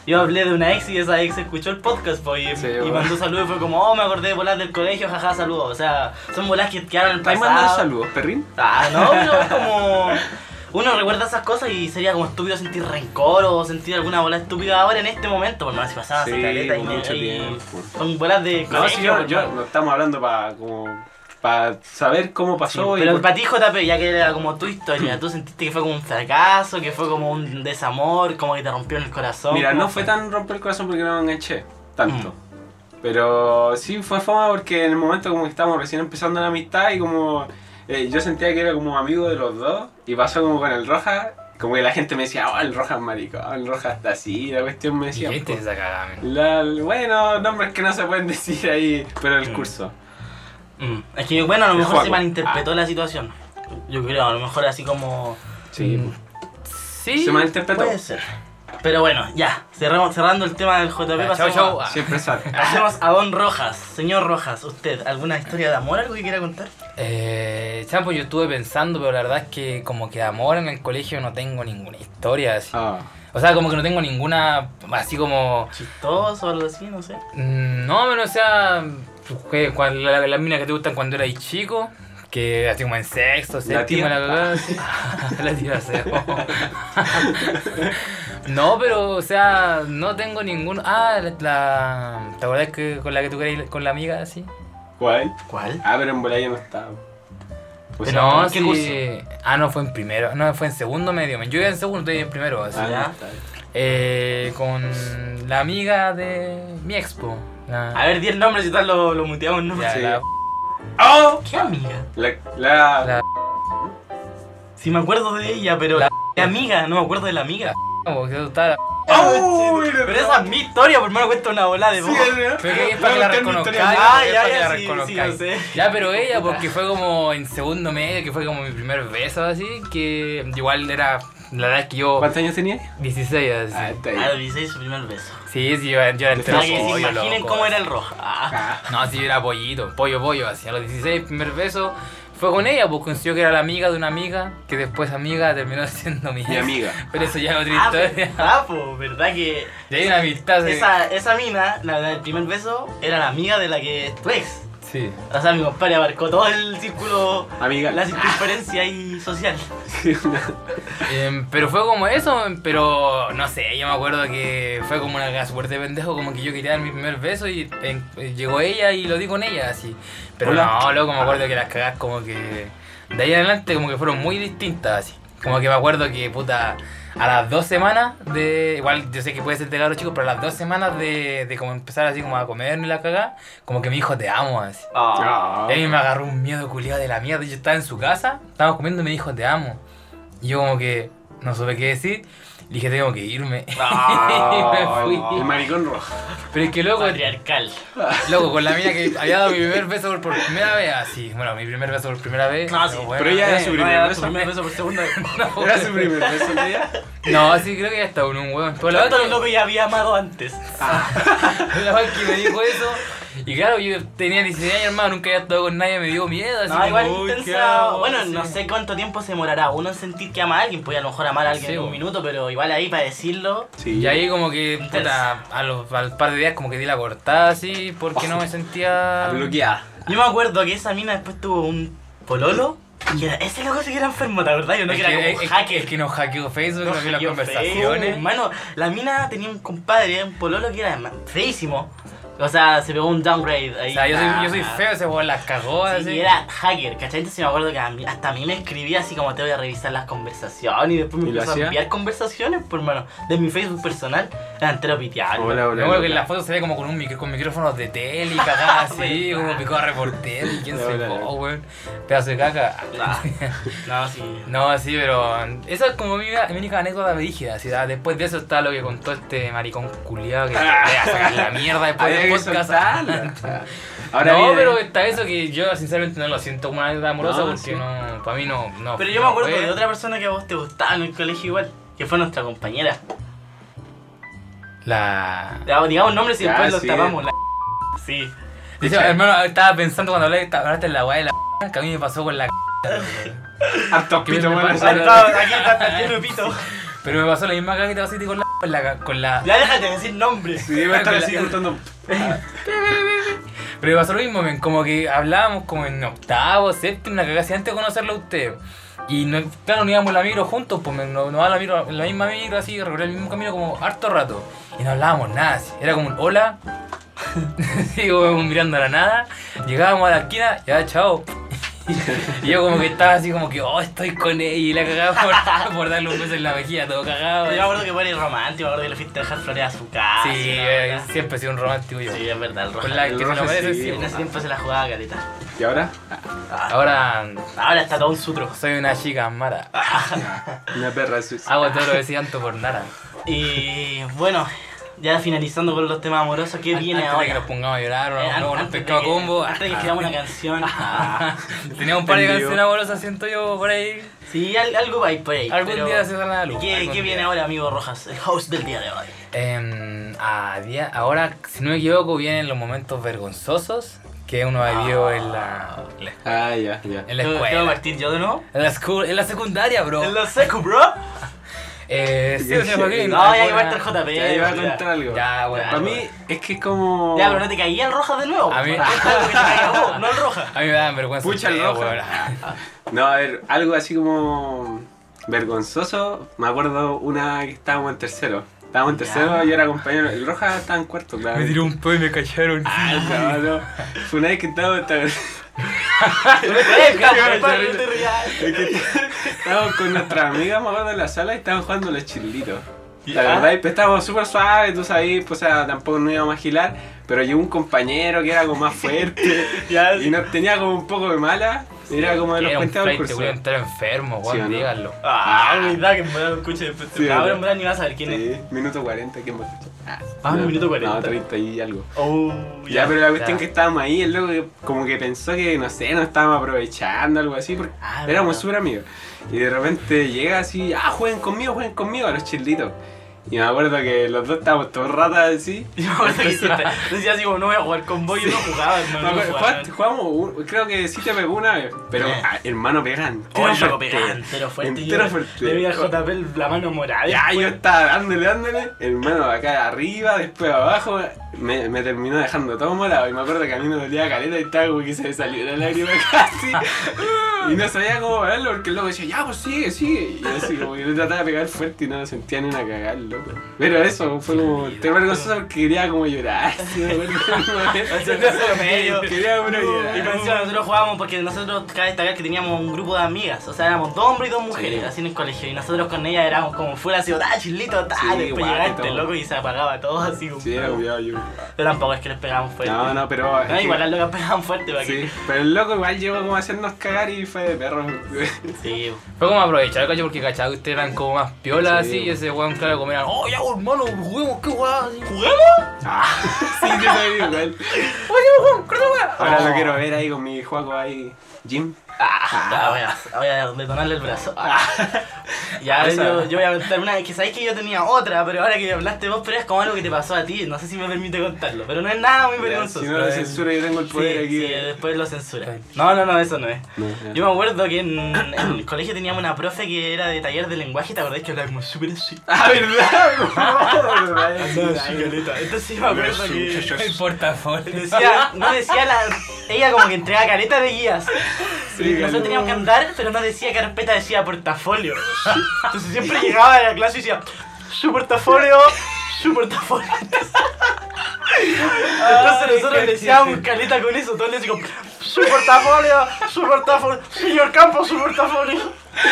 yo hablé de una ex y esa ex escuchó el podcast pues, y, Sí, y bueno. mandó saludos y fue como, oh, me acordé de volar del colegio, jaja, saludos. O sea, son bolas que quedaron en el ¿Estás pasado. mandando saludos, perrín? Ah, no, pero es como... Uno recuerda esas cosas y sería como estúpido sentir rencor o sentir alguna bola estúpida ahora en este momento, por más si pasaba hace Sí, caleta y, con mucho y tiempo. son bolas de No, colegio, sí, yo, por yo mano. no estamos hablando para como para saber cómo Sí, pasó y pero por- para ti, J P, ya que era como tu historia, ¿tú sentiste que fue como un fracaso, que fue como un desamor, como que te rompió en el corazón? Mira, ¿Cómo no fue tan romper el corazón porque no me enganché tanto. Pero sí fue fama porque en el momento como que estábamos recién empezando la amistad y como eh, yo sentía que era como amigo de los dos y pasó como con el Roja, como que la gente me decía, oh, el Roja es maricón, el Roja está así, la cuestión me Y decía. gente pues, se cagaba, men. la- bueno, nombres que no se pueden decir ahí, pero el Mm. curso. Mm, Es que bueno, a lo El mejor juego. se malinterpretó la situación. Yo creo, a lo mejor así como... Sí, Mm. Sí. se malinterpretó. Puede ser. Pero bueno, ya, cerramos, cerrando el tema del J P, Ya, chau, pasamos chau. a- Siempre sale. pasemos a Don Rojas. Señor Rojas, ¿usted alguna historia de amor, algo que quiera contar? Eh, champo, yo estuve pensando, pero la verdad es que como que de amor en el colegio no tengo ninguna historia así. Ah. O sea, como que no tengo ninguna así como... Chistoso o algo así, no sé. mm, No, pero o sea, que cuan- la- las minas que te gustan cuando eras chico, que así como en sexto, séptimo, tía. la cagada, así. La tía Seo. No, pero, o sea, no tengo ninguno. Ah, la, la- ¿te acordás que con la que tú querías ir con la amiga así? ¿Cuál? ¿Cuál? Ah, pero en Bolaya no estaba. O sea, no, ¿en qué sí. curso? Ah, no, fue en primero. No, fue en segundo medio. men. Yo iba en segundo, estoy en primero. Así. ah, ya. no está bien. Eh, con la amiga de mi expo. La, A ver, di el nombre si tal lo, lo muteamos, ¿no? ya, sí. la- ¡Oh! ¿Qué amiga? La, la, la- Sí me acuerdo de ella, pero... La- ¿Qué amiga? No me acuerdo de la amiga. como que estaba la- ¡Oh! Pero esa es mi historia, por menos cuenta una bola de voz. Pero que es para que la reconozcáis. Ah, es ya, para que ya, la sí, reconozcáis. sí, lo sé. Ya, pero ella, porque fue como en segundo medio, que fue como mi primer beso, así, que igual era, la verdad es que yo, ¿Cuántos años tenía? dieciséis, así. Ah, está Ah, bien. los dieciséis su primer beso. Sí, sí, yo, yo era entero Para que se pollo, imaginen loco. cómo era el rojo. Ah. Ah, No, sí, yo era pollito, pollo, pollo, así. A los dieciséis, primer beso, fue con ella, pues conoció que era la amiga de una amiga, que después amiga terminó siendo mi mi ex. amiga. Pero eso ya es otra Ah, historia. ah, pues, ¿verdad que Y hay una amistad, sí. esa, esa mina, la del primer beso, era la amiga de la que es tu ex? Sí. O sea, mi compadre abarcó todo el círculo, Amiga. la circunferencia ahí social. Em, pero fue como eso, pero no sé, yo me acuerdo que fue como una cagada súper de pendejo, como que yo quería dar mi primer beso y en- eh, llegó ella y lo di con ella, así. Pero Hola. no, loco, me acuerdo que las cagadas como que de ahí en adelante como que fueron muy distintas, así. Como que me acuerdo que, puta, a las dos semanas de... Igual yo sé que puede ser de cabros chicos, pero a las dos semanas de, de como empezar así como a comerme la cagada, como que me dijo te amo, así. Ah. Y a mí me agarró un miedo culiado de la mierda. Yo estaba en su casa, estábamos comiendo y me dijo te amo. Y yo como que no supe qué decir. Le dije tengo que irme. Ah, y me fui. el maricón rojo. Pero es que loco, Patriarcal. loco, con la mina que había dado mi primer beso por, por primera vez, así. Bueno, mi primer beso por primera vez. No, sí, bueno, pero ella era eh, su No, primer era beso. tu primer beso por segunda vez. no, ¿Era su primer beso de ella? No, sí, creo que ya estaba en un huevo. Pero la Tanto verdad lo loco ya había amado antes. que- la verdad que me dijo eso. Y claro, yo tenía dieciséis años, hermano, nunca había estado con nadie, me dio miedo. Así No, como, igual uy, ¿qué intensa. hago? Bueno, Sí. no sé cuánto tiempo se demorará uno en sentir que ama a alguien. Puede a lo mejor amar a alguien Sí, en un bo. minuto, pero igual ahí para decirlo. Sí. Y ahí como que, Intenso. puta, a los, al par de días como que di la cortada así, porque no me sentía... Bloqueada. Yo me acuerdo que esa mina después tuvo un pololo. Y era, ese loco sí que era enfermo, ¿te acordás? Yo no Es que era que, como es- hacker. es que nos hackeó Facebook, No nos vio las hackeó Facebook, conversaciones. hermano, la mina tenía un compadre, un pololo que era ma- feísimo. O sea, se pegó un downgrade ahí. O sea, yo soy, yo soy Ah. feo, ese weón las cagó Sí, así. y era hacker, ¿cachai? Entonces me acuerdo que a mí- hasta a mí me escribía así como te voy a revisar las conversaciones y después me ¿Y lo empezó a hacía? enviar conversaciones, por mano, de mi Facebook personal, era entero piteado. Hola, Me hola. acuerdo que en hola. la foto se ve como con un micro, con micrófonos de tele y cagada así, Verdad. como picó a reportero y quién Hola, se hola. fue, weón. Pedazo de caca. No, sí. No, sí, pero esa es como mi, mi única anécdota brígida. Así, ah, después de eso está lo que contó este maricón culiado que te voy a sacar la mierda después Había del que podcast. soltarla. Ahora no, viene- pero está eso que yo sinceramente no lo siento como una anécdota amorosa No, porque sí. no, para mí no, no. Pero yo no me acuerdo fue. de otra persona que a vos te gustaba en el colegio igual, que fue nuestra compañera. La. Ya, digamos nombres y Ya, después los sí. tapamos. La... Sí. De hecho, hermano, estaba pensando cuando hablaste hablaste de la weá de la que a mí me pasó con la. Hartos Que pitos, me bueno, pasa- eso- Aquí está, aquí está lleno de pito. Pero me pasó la misma caga que te vas a decir con la. con la... Con la Ya déjate de decir nombres. Sí, va a estar Con la- así contando. Pero me pasó lo mismo, men, como que hablábamos como en octavo, séptimo, una cagada así antes de conocerlo a usted. Y no, claro, nos íbamos en la micro juntos, pues nos no va la micro, en la misma micro así, recorrer el mismo camino como harto rato. Y no hablábamos nada así, era como un hola, digo, mirando a la nada, llegábamos a la esquina, ya chao. Y yo como que estaba así como que, oh, estoy con ella y la cagaba por, por darle un beso en la mejilla, todo cagado. Yo me acuerdo que fue el romántico, me acuerdo que le fuiste a dejar flores a su casa. Sí, ¿no? eh, siempre he sido un romántico yo. Sí, es verdad, el rojo. Con la que el se lo rojo merece, sí, sí. En ese tiempo se la jugaba caleta. ¿Y ahora? Ahora Ahora está todo un sutro. soy una chica mara. Una perra sucia. Hago todo lo que siento por nada. Y bueno, ya finalizando con los temas amorosos, ¿qué viene Antes de que ahora? nos pongamos a llorar o Eh, no, an- no, nos antes de pescamos a que- combo. Antes de que escribamos una canción. Ah. Teníamos un par de Entendido. canciones amorosas, siento yo, por ahí. Sí, al- algo va a ir por ahí. Algún pero- día se saldrá a la luz. ¿Qué, algún qué viene día. ahora, amigo Rojas? El host del día de hoy. Em, a día, ahora, si no me equivoco, vienen los momentos vergonzosos que uno ha vivido en la, la- Ah, ya, ya. en la ¿Tengo que escuela. partir yo de nuevo? En la, school- en la secundaria, bro. En la secu, bro. Eh, sí, Ya, señor Joaquín. No, ya que alguna- parte el J P. Ya iba a ya. contar algo. Ya, bueno. Ya, Para mí es que es como. Ya, pero no te caía el Rojas de nuevo. A mí- Cuenta algo que te caiga a vos, no el Rojas. A mí me dan vergüenza. Pucha, el ustedes, rojo. weón. No, a ver, algo así como vergonzoso. Me acuerdo una que estábamos en tercero. Estábamos en Ya. tercero y yo era compañero. El Roja estaba en cuarto, claro. Me tiró un po y me cacharon. Ah, no, no. Fue una vez que estábamos. Eh, calma, no te rías. Es que estábamos con nuestras amigas, me acuerdo, en la sala y estaban jugando los chilitos. La Ya. verdad, y pues estábamos súper suaves, tú sabes, pues o sea, tampoco nos íbamos a girar, pero llegó un compañero que era como más fuerte Ya, y nos tenía como un poco de mala, y era como de los Era un cuentos del flight, te curso. voy a estar enfermo, ¿Sí o weón, no? díganlo. Ah, verdad que en verdad lo escuché después. Sí, Ahora ¿verdad? en verdad ni vas a saber quién es. Sí, minuto cuarenta, ¿quién va a escuchar? Ah, no, minuto cuarenta. No, treinta y algo. Oh, Ya, pero la cuestión ya. que estábamos ahí, el loco que como que pensó que, no sé, nos estábamos aprovechando, algo así, porque Ah, éramos verdad. súper amigos. Y de repente llega así, ah, jueguen conmigo, jueguen conmigo, a los chilitos. Y me acuerdo que los dos estábamos todos ratas así. Y me acuerdo que hiciste. Decía así como, no voy a jugar con vos y no jugaba, Me hermano. No acuerdo, jugaba. jugaste- jugamos, un- creo que sí te pegó una vez, pero Eh. ah, hermano pegan. Oh, el loco pegaba entero fuerte. Entero yo fuerte. Le vi al J P la mano morada. Ya, después. yo estaba dándole, dándole, hermano acá arriba, después abajo, me, me terminó dejando todo morado. Y me acuerdo que a mí me dolía caleta y estaba como que se me salió la lágrima casi. Y no sabía cómo pararlo porque el loco decía, ya, pues sigue, sigue. Y yo así como que yo trataba de pegar fuerte y no lo sentía ni una cagada, el loco. Pero eso fue como, te vergonzoso porque quería como llorar. Sí, me acuerdo que una vez- Hacerlo medio. Quería uno Y llorar. pensaba, nosotros jugábamos porque nosotros, cabe destacar que teníamos un grupo de amigas, o sea, éramos dos hombres y dos mujeres, Sí. así en el colegio, y nosotros con ellas éramos como fuera así, ah, chilito, tal, Sí, después guau, llegaba y este todo. loco y se apagaba todo así como... Sí, era cuidado yo. Pero tampoco es que les pegábamos fuerte. No, no, pero. No, es que- igual las locas pegaban fuerte para que... Sí, pero el loco igual llegó como a hacernos cagar y fue de perro. Sí, Fue como aprovechar, cacho, porque cachaba que ustedes eran como más piolas Sí. así y ese weón, claro, como eran, oh, ya, hermano, juguemos, qué weón, así. ¿juguemos? Ah, sí, sí, soy igual. Oye, weón, corta weón. Ahora Oh. lo quiero ver ahí con mi juego ahí, Jim. Ah, ya, voy, a, voy a detonarle el brazo. Ah. Ya, Esa. yo, yo voy a contar una, que sabéis que yo tenía otra, pero ahora que hablaste vos, pero es como algo que te pasó a ti, no sé si me permite contarlo, pero no es nada muy Ya, vergonzoso. si no lo censura, yo tengo el poder Sí, aquí. sí, después lo censura. No, no, no, eso no es. No, ya. Yo me acuerdo que en, en el colegio teníamos una profe que era de taller de lenguaje, ¿te acordás que hablaba como súper así? Ah, ¿verdad? No, ¿verdad? Andaba así, caleta. Entonces yo me acuerdo que El portafolio. decía, no decía la... Ella como que entregaba caleta de guías. Sí, Y nosotros caleta. teníamos que andar, pero no decía carpeta, decía portafolio. Entonces siempre llegaba a la clase y decía, su portafolio, su portafolio. Entonces nosotros le decíamos caleta con eso, todos le decíamos, su portafolio, su portafolio, señor Campos, su portafolio.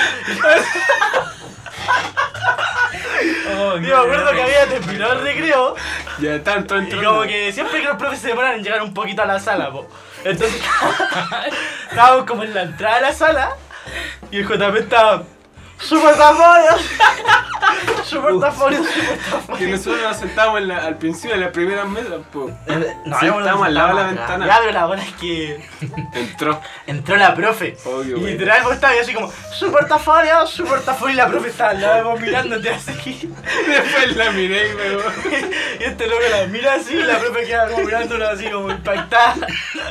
Oh, Y me acuerdo que había terminado el recreo Ya tanto y entrando. como que siempre que los profes se demoran en llegar un poquito a la sala, po. Entonces estábamos como en la entrada de la sala y el J P estaba, su portafolio, su portafolio, su Que portafolio. nosotros nos sentábamos en la- al principio de las primeras mesas, pues. No, Sí, yo me lo estábamos al lado de la sentaba acá. ventana. Ya, pero la buena es que Entró. entró la profe. Obvio, y güey. literal vos estabas así como, su portafolio, su portafolio, y la profe estaba al lado de vos mirándote así. Después la miré y me. Y este loco la mira así y la profe queda como mirándola así como impactada.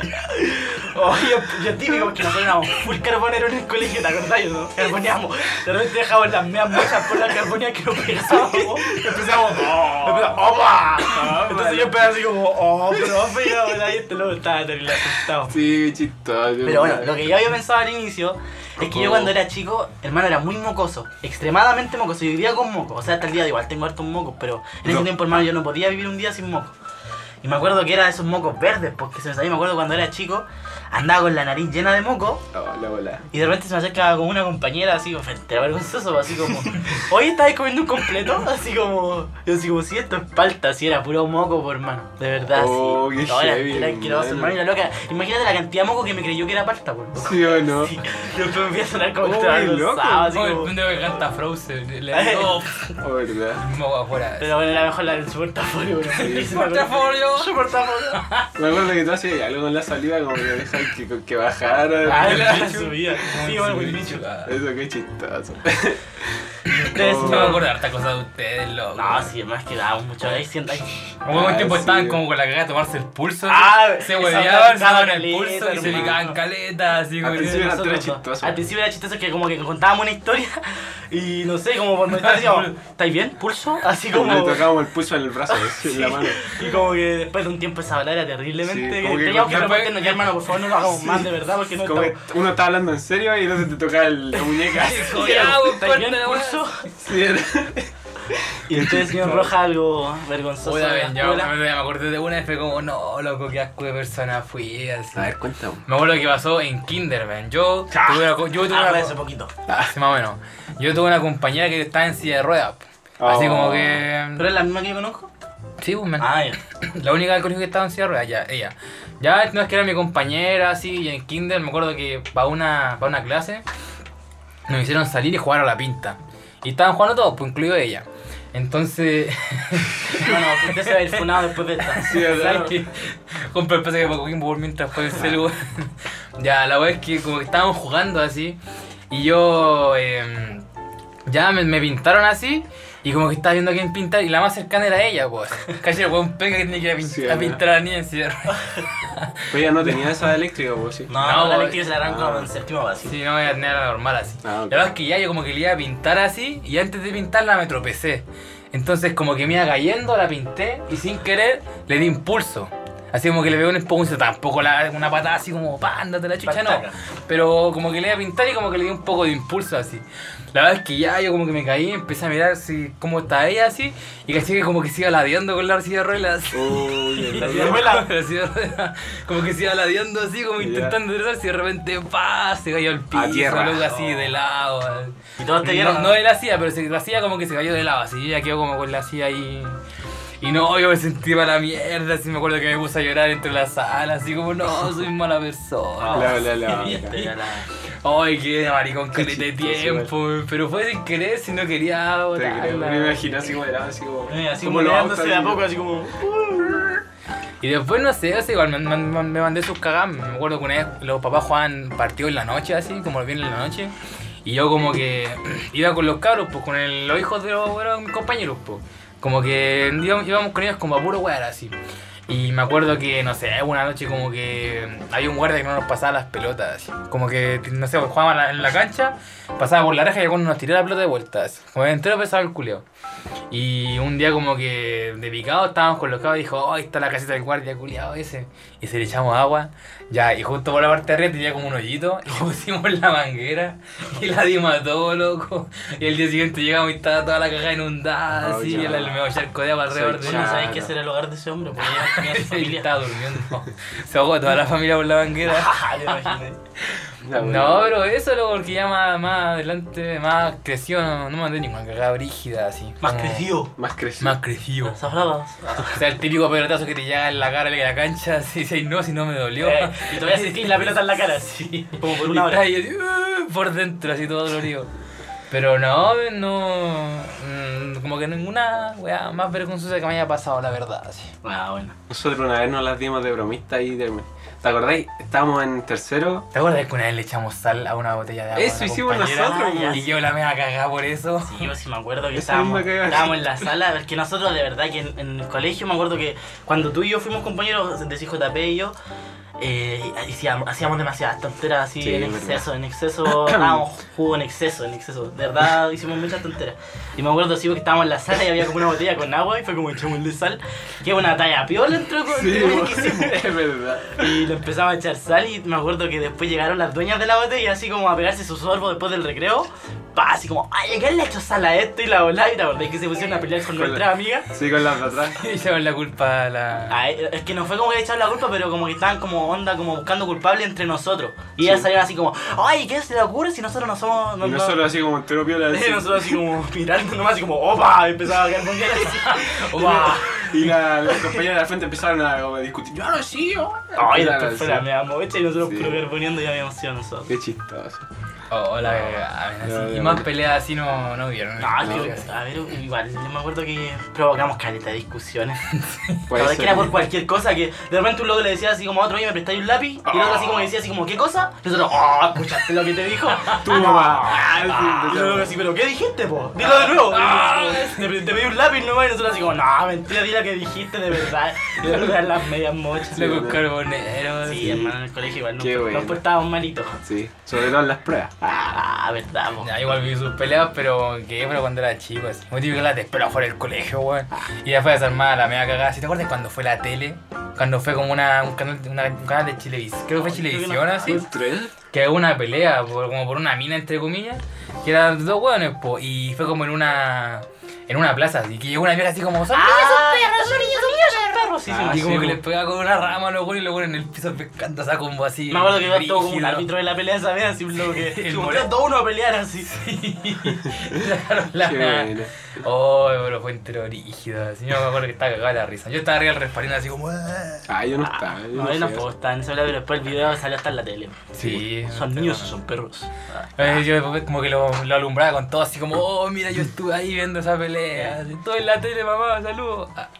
Oye, yo típico porque nosotros éramos full carboneros en el colegio, ¿te acordás? ¿No? Carboneamos. De repente dejamos las meas mochas por la carbonía que nos pegábamos. Empezamos, oh, ¡opa! Entonces yo empecé así como, oh, profe, y no, ahí este loco estaba terrible asustado. Sí, chistoso. Pero bueno, lo que yo había pensado al inicio es que yo cuando era chico, hermano, era muy mocoso, extremadamente mocoso, yo vivía con mocos, o sea, hasta el día de igual tengo hartos mocos, pero en ese No. tiempo, hermano, yo no podía vivir un día sin mocos. Y me acuerdo que era de esos mocos verdes, porque se me salía, me acuerdo cuando era chico, andaba con la nariz llena de moco. Hola, hola. Y de repente se me acercaba como una compañera así como frente a vergonzoso, así como, oye, ¿estabas comiendo un completo? Así como, yo así como, si esto es palta, si era puro moco, por hermano. De verdad, Oh, sí. qué No, era, heavy, era asqueroso, hermano. hermano, y la loca. Imagínate la cantidad de moco que me creyó que era palta, por ¿Sí o no? Sí. Y después me empecé a sonar como Oh, que estaba qué loco. avergonzado, así Como el como... pendejo que canta Frozen. Le digo, Oh, verdad. moco afuera. Pero bueno, era mejor la del su portafolio, bro. Sí. Su portafolio. Su portafolio. Me acuerdo que tú hacías algo con la saliva como que dejas que, que bajara. Ah, el la bicho. subida. Sí, bueno, el bicho. Eso qué chistoso. Ustedes Oh. No me acuerdo de harta cosa de ustedes, loco. No, sí, más que daba mucho. Ahí siento ahí. Hubo un Ah, tiempo sí. estaban como con la cagada de tomarse el pulso. Ah, se esa hueveaban, se practicaban daban el caleta, pulso y se hermano. picaban caletas, así como Al que. principio era Nosotros todo no. chistoso. Al principio era chistoso que como que contábamos una historia y no sé, como por nuestra decíamos, ¿estáis bien? ¿Pulso? Así como... Le tocábamos el pulso en el brazo, Sí. en la mano. Y como que después de un tiempo esa balada era terriblemente... Sí, como que teníamos que después- repartirnos ya, hermano, por favor no lo hagamos más de verdad porque no Como que estamos... uno está hablando en serio y entonces te toca el- la muñeca. Como, Sí, ya, era, vos, ¿estáis bien? corta la weá. ¿Pulso? Sí, era. Y usted, señor Roja, algo vergonzoso Oye, de la yo escuela. me, me acordé de una y fue como, no, loco, qué asco de persona fui, así. A ver, cuéntame. Me acuerdo que pasó en Kinder, man. Yo Ah, tuve una, co- yo tuve ah, una, fue co- hace poquito. sí, más o menos. Yo tuve una compañera que estaba en silla de ruedas. Así Oh. como que. ¿Pero es la misma que yo conozco? Sí, pues, man. Ah, ya. La única del colegio que estaba en silla de ruedas, ya, ella. Ya no es que era mi compañera, así, y en Kinder me acuerdo que para una, para una clase nos hicieron salir y jugar a la pinta. Y estaban jugando todos, pues incluido ella. Entonces. Bueno, usted se va a ir funado después de esta. Sí, ¿Sabes claro. qué? Compré el pase de Coquimbo por mientras fue el celu. Ya, la wea es que como que estábamos jugando así. Y yo. Eh, ya me, me pintaron así. Y como que estaba viendo a quién pintar. Y la más cercana era ella, pues. Casi el weón penca que tenía que ir a, pin- Sí, a ¿verdad? pintar a la niña en silla. Pues ya no tenía esa de eléctrica, pues sí. No, No, la boy. eléctrica se la arrancó Ah. en séptimo básico. Sí, no voy a tener la normal así. Ah, ok. La verdad es que ya yo como que le iba a pintar así. Y antes de pintarla me tropecé. Entonces como que me iba cayendo, la pinté. Y sin querer le di impulso. Así como que le pegué un empujón, tampoco la, una patada así como, pa, ándate la chucha, no. Pataca. Pero como que le iba a pintar y como que le di un poco de impulso así. La verdad es que ya yo como que me caí, empecé a mirar si, cómo está ella así. Y caché que como que se iba ladeando con la silla de ruedas. Uy, el La silla de loco. ruedas. La silla de ruedas, como que se iba ladeando así, como Ya. intentando enderezarse y de repente, pa, se cayó al piso, tierra. luego así de lado. Y todos te No, vieron. no de la silla, pero se, la silla como que se cayó de lado, así, y ella quedó como con la silla ahí. Y no, yo me sentí para la mierda, así me acuerdo que me puse a llorar entre la sala, así como, no, soy mala persona. La, la, la. Viste, ya la- Ay, qué maricón, que de chistoso, tiempo, pero fue sin querer, si no quería Te creo. botarla. Me imagino así como era, así como. Eh, Así como como los leándose autos, de a así. poco, así como. Y después, no sé, o sea, igual me, me, me mandé sus cagadas. Me acuerdo que una vez los papás jugaban partidos en la noche, así, como los viernes en la noche. Y yo como que iba con los cabros, pues con el- los hijos de los bueno, mis compañeros, pues. Como que íbamos, íbamos con ellos como a puro wear, así. Y me acuerdo que, no sé, una noche como que había un guardia que no nos pasaba las pelotas, así. Como que, no sé, jugábamos en la, en la cancha, pasaba por la reja y cuando nos tiró la pelota de vuelta, así. Como que entero pesaba el culeo. Y un día como que de picado estábamos con los cabos y dijo, oh, ahí está la caseta del guardia culiado ese. Y se le echamos agua, ya, y justo por la parte de arriba tenía como un hoyito, y pusimos la manguera y la dimos a todo, loco. Y el día siguiente llegamos y estaba toda la caja inundada, Oh, así, ya. y el medio charco de agua alrededor Soy de Bueno, ella. sabéis que ese era el hogar de ese hombre, porque ella tenía su Él familia. estaba durmiendo. Se ahogó toda la familia por la manguera. Ah, te imaginé. La No, wea. pero eso lo porque ya más, más adelante, más creció, no, no me mandé ninguna cagada brígida así. Más como- crecido. Más crecido. Más crecido. Zafradas. O sea, el típico pelotazo que te llega en la cara en la cancha, así, si no, si no me dolió. Eh, y todavía sentís la pelota en la cara, así. Como por Y una está hora. ahí, así, uh, por dentro, así todo dolorido. Pero no, no. mm, Como que ninguna weá más vergonzosa que me haya pasado, la verdad. Así. Ah, bueno. Nosotros una vez nos las dimos de bromista y de... ¿Te acordáis? Estábamos en tercero. ¿Te acuerdas que una vez le echamos sal a una botella de agua? Eso a una hicimos compañera? nosotros, ya. Y yo la me iba a cagar por eso. Sí, yo sí me acuerdo que Esa estábamos, misma cagada. estábamos en la sala, es que nosotros de verdad que en, en el colegio me acuerdo que cuando tú y yo fuimos compañeros de C J P y yo, Eh, hacíamos, hacíamos demasiadas tonteras así Sí, en es verdad. exceso, en exceso, dábamos jugo en exceso, en exceso. De verdad hicimos muchas tonteras. Y me acuerdo así que estábamos en la sala y había como una botella con agua y fue como echémosle sal, que una talla piola entró con Sí, el que hicimos. es verdad. Y le empezamos a echar sal y me acuerdo que después llegaron las dueñas de la botella así como a pegarse su sorbo después del recreo. Pa, así como, ay, ¿qué le ha hecho sal a esto? Y la volá y la verdad es que se pusieron a pelear con Con nuestra la- amiga. Sí, con las de atrás. Y echamos la culpa a la... Ay, es que no fue como que le echaron la culpa, pero como que estaban como onda, como buscando culpable entre nosotros. Y ellas Sí. salieron así como, ay, ¿qué se le ocurre si nosotros no somos... No, Y no- nosotros así como entero piola. Eh, así. nosotros así como mirando nomás, así como, opa, y empezaba a caer mundial así. Opa. Y la, las compañeras de la frente empezaron a como, discutir. Yo no sí, yo. Ay, Empezaron después fue así. la mega mocha y nosotros Sí. puro carboniendo y habíamos sido nosotros. Qué chistoso. Oh, la cagada, así. Ya, Y ya, más ya. peleas así no, no hubieron. No, No. que, a ver, igual, yo me acuerdo que provocamos caleta de discusiones. La Puede verdad es que era ser. por cualquier cosa que de repente un loco le decía así como a otro, oye, me prestáis un lápiz. Y el otro así como decía así como, ¿qué cosa? Y nosotros, oh, ¿escuchaste lo que te dijo? Tu mamá. Ah, Ah, y sí, el otro así, ¿pero qué dijiste, po? Dilo de nuevo. Ah. Y nosotros, te pedí un lápiz nomás y nosotros así como, no, mentira, di lo que dijiste de verdad. Y de verdad las medias mochas. Locos carboneros. Sí, hermano, en el colegio igual Qué nos, bueno. nos portábamos malitos. Sí, sobre todo en las pruebas. Ah, verdad, po. Ya, igual vi sus peleas, pero ¿qué? Pero cuando era chico, así. Muy típico, la te espero afuera del colegio, weón. Y ya fue desarmada la media cagada. ¿Sí te acuerdas cuando fue la tele? Cuando fue como una, un, canal, una- un canal de Chilevisión. Creo que fue Creo que Chilevisión, no. así. ¿Tres? Que hubo una pelea, por- como por una mina, entre comillas. Que eran dos hueones, po. Y fue como en una. En una plaza, así. Que llegó una vieja así como. ¡Son niños, son perros, son niños, son niños, son perros! Sí, sí. Ah, y como sí, que po. les pegaba con una rama a los hueones y los hueones en el piso pescando, o sea, como así. Me acuerdo que iba todo como un brígido. árbitro de la pelea esa vez, así un loco que. El como more- tres, dos, uno a pelear así. Sacaron la- Qué bueno. Oh, pero fue entero rígido. Así yo me acuerdo que estaba cagada la risa. Yo estaba arriba del respalín así como. "Ah". Ah, yo no estaba. yo No, no ahí sé tampoco eso. está en esa pelea, pero después el video salió hasta en la tele. Sí. ¿Son niños o son perros? Eh, Yo después como que lo, lo alumbraba con todo así como, oh, mira, yo estuve ahí viendo esa pelea. Así, todo en la tele, mamá, saludos. Ah,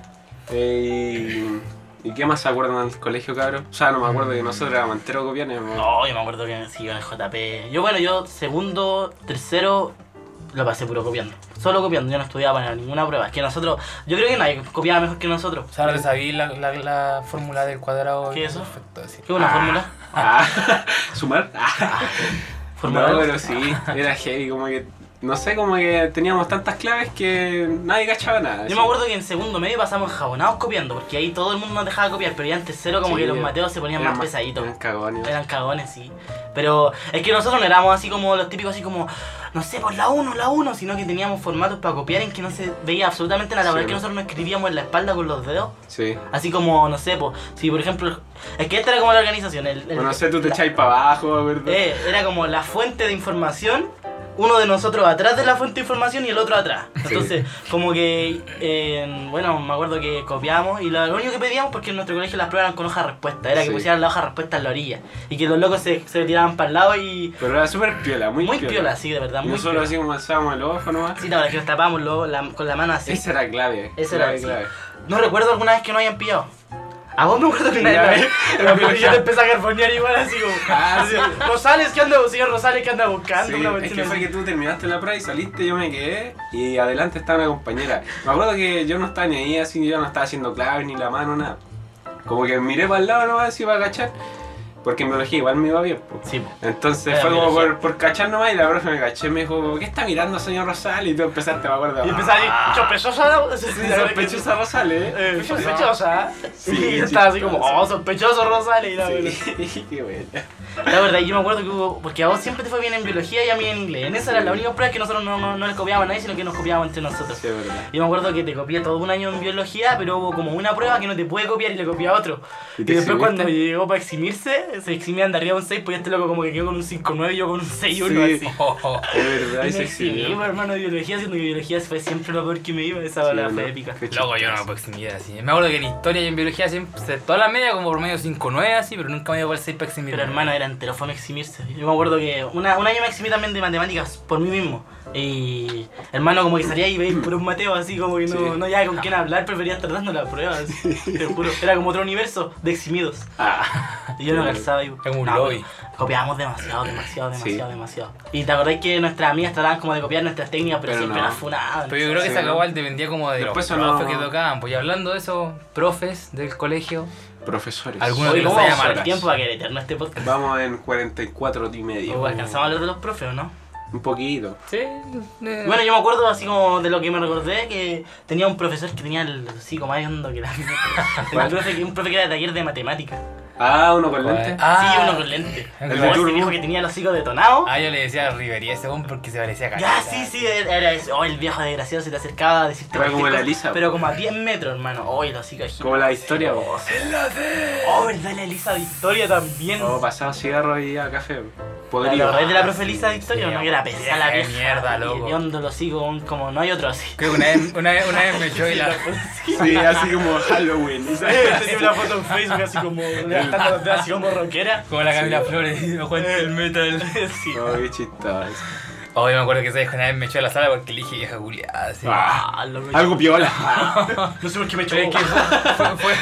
Eh, ¿Y qué más se acuerdan del colegio, cabrón? O sea, no me acuerdo que nosotros éramos enteros copianes. ¿no? No, yo me acuerdo que sí, en el J P. Yo, bueno, yo segundo, tercero, lo pasé puro copiando. Solo copiando, yo no estudiaba para ninguna prueba. Es que nosotros, yo creo que nadie copiaba mejor que nosotros. O sea, no te sabí la, la, la fórmula del cuadrado. ¿Qué es eso? Perfecto, así. ¿Qué es una Ah. fórmula? Ah, ¿sumar? Ah. ¿Fórmula? No, pero sí, era heavy, como que, no sé, como que teníamos tantas claves que nadie cachaba nada. Yo así. me acuerdo que en segundo medio pasamos enjabonados copiando, porque ahí todo el mundo nos dejaba copiar, pero ya en tercero como Sí, que los mateos se ponían eran más pesaditos. Eran cagones. Eran cagones, sí. Pero es que nosotros no éramos así como los típicos, así como, no sé, por la uno, la uno, sino que teníamos formatos para copiar en que no se veía absolutamente nada. La Sí, verdad es que ¿no? nosotros nos escribíamos en la espalda con los dedos. Sí. Así como, no sé, pues, si por ejemplo, es que esta era como la organización. El, el- Bueno, no sé, tú te la- echáis para abajo, ¿verdad? eh, era como la fuente de información, uno de nosotros atrás de la fuente de información y el otro atrás. Entonces, como que, eh, bueno, me acuerdo que copiamos y lo, lo único que pedíamos, porque en nuestro colegio las pruebas eran con hoja de respuesta, era que Sí. pusieran la hoja de respuesta en la orilla y que los locos se, se tiraban para el lado y... Pero era súper piola, muy, Muy piola, sí, de verdad, Y muy nosotros piola. así como alzábamos el ojo nomás. Sí, la verdad es que nos tapábamos lo- la- con la mano así. Esa era clave. Esa era, clave, sí. clave. No recuerdo alguna vez que no hayan pillado. A vos me acuerdo que una Ya, vez en la la biología biología. te empieza a carbonear igual así como... Ah, así, sí. Rosales, ¿qué anda? Señor Rosales, ¿qué anda buscando? Sí, Una es cuestión que fue así. que tú terminaste la prueba y saliste, yo me quedé y adelante estaba una compañera. Me acuerdo que yo no estaba ni ahí, así yo no estaba haciendo claves ni la mano, nada. Como que miré para el lado nomás así para cachar, porque en biología igual me iba bien. Po. Sí, Entonces Era fue como biología. por, por cachar nomás y la profe me caché, me dijo, ¿qué está mirando señor Rosales? Y tú empezaste, me acuerdo. y empezaba "Ah, así, sospechosa, sí, sospechosa Rosales, Eh, ¿eh? sospechosa. Sí, y yo estaba así como, chistoso. oh, sospechoso Rosales. Y la, verdad. Sí, qué bueno. la verdad, yo me acuerdo que hubo, porque a vos siempre te fue bien en biología y a mí en inglés. En esa era la única prueba que nosotros no, no, no le copiábamos a nadie, sino que nos copiábamos entre nosotros. Sí, es verdad. Yo me acuerdo que te copié todo un año en biología, pero hubo como una prueba que no te puede copiar y le copié a otro. ¿Y Y, te después eximiste? cuando llegó para eximirse, se eximían de arriba un seis, pues este loco como que quedó con un cinco nueve y yo con un seis uno Sí. así. Oh, oh. Es verdad, Y y me se eximí, eximió. pues, hermano, de biología, siendo que biología fue siempre lo peor que me iba, esa Sí, balada ¿no? fue épica. Qué Loco, yo no me chistoso. puedo eximir así. Me acuerdo que en historia y en biología siempre, toda la media como por medio cinco nueve así, pero nunca me dio por el seis para eximir. Pero hermano, era entero fue eximirse. Yo me acuerdo que una, un año me eximí también de matemáticas por mí mismo. Y hermano, como que salía y veía por un Mateo así como que no, Sí. no ya con quién hablar, prefería estar dando la prueba. Así, te juro. Era como otro universo de eximidos. Ah, Y yo no Claro. calzaba ahí. Es un No, lobby. pero Copiábamos demasiado, demasiado, Sí. demasiado, demasiado. Y te acordás que nuestras amigas trataban como de copiar nuestras técnicas, pero, Pero siempre no. las funaban. Pero yo creo que Sí, esa ¿no? igual dependía como de Después los sonó- profes que tocaban. Pues y hablando de eso, profes del colegio, profesores. Algunos Oye, de los ¿cómo se vamos llaman por el tiempo para que eterno este podcast? Vamos en cuarenta y cuatro y medio. O alcanzamos a hablar de los profes, ¿o no? Un poquito. Sí. eh, Bueno, yo me acuerdo así como de lo que me recordé, que tenía un profesor que tenía el hocico más hondo que la... un, profe, que- un profe que era de taller de matemáticas. Ah, uno con lente. Ah, Sí, uno con lente. el El de ese Turbo. viejo que tenía el hocico detonado. Ah, yo le decía a Rivería ese hombre porque se parecía a Ya, Caleta. sí, sí, era ese. Oh, el viejo desgraciado se te acercaba a decirte Era como cualquier la cosa, Elisa, pero como a diez metros, hermano. Oh, el hocico agitado. Como la historia, po. Oh, verdad, la Elisa de historia también. O pasaba cigarro y a café. ¿La Podría. verdad de la profe Elisa de historia? Sí, No, que era vieja pesada la de vieja. mierda, loco. Y hondo el hocico como no hay otro así. Creo que una vez, una vez, una vez me echó y la... Sí, así como Halloween. Tenía una foto en Facebook así como levantando los dedos así como rockera. Como la Camila Flores, no cuenta el metal. Sí. Oh, qué chistoso. Oh, yo me acuerdo que esa vieja una vez me echó a la sala porque le dije vieja culiada, así. Ah, loco. Algo piola. No sé por qué me echó. Pero es que fue... fue, fue...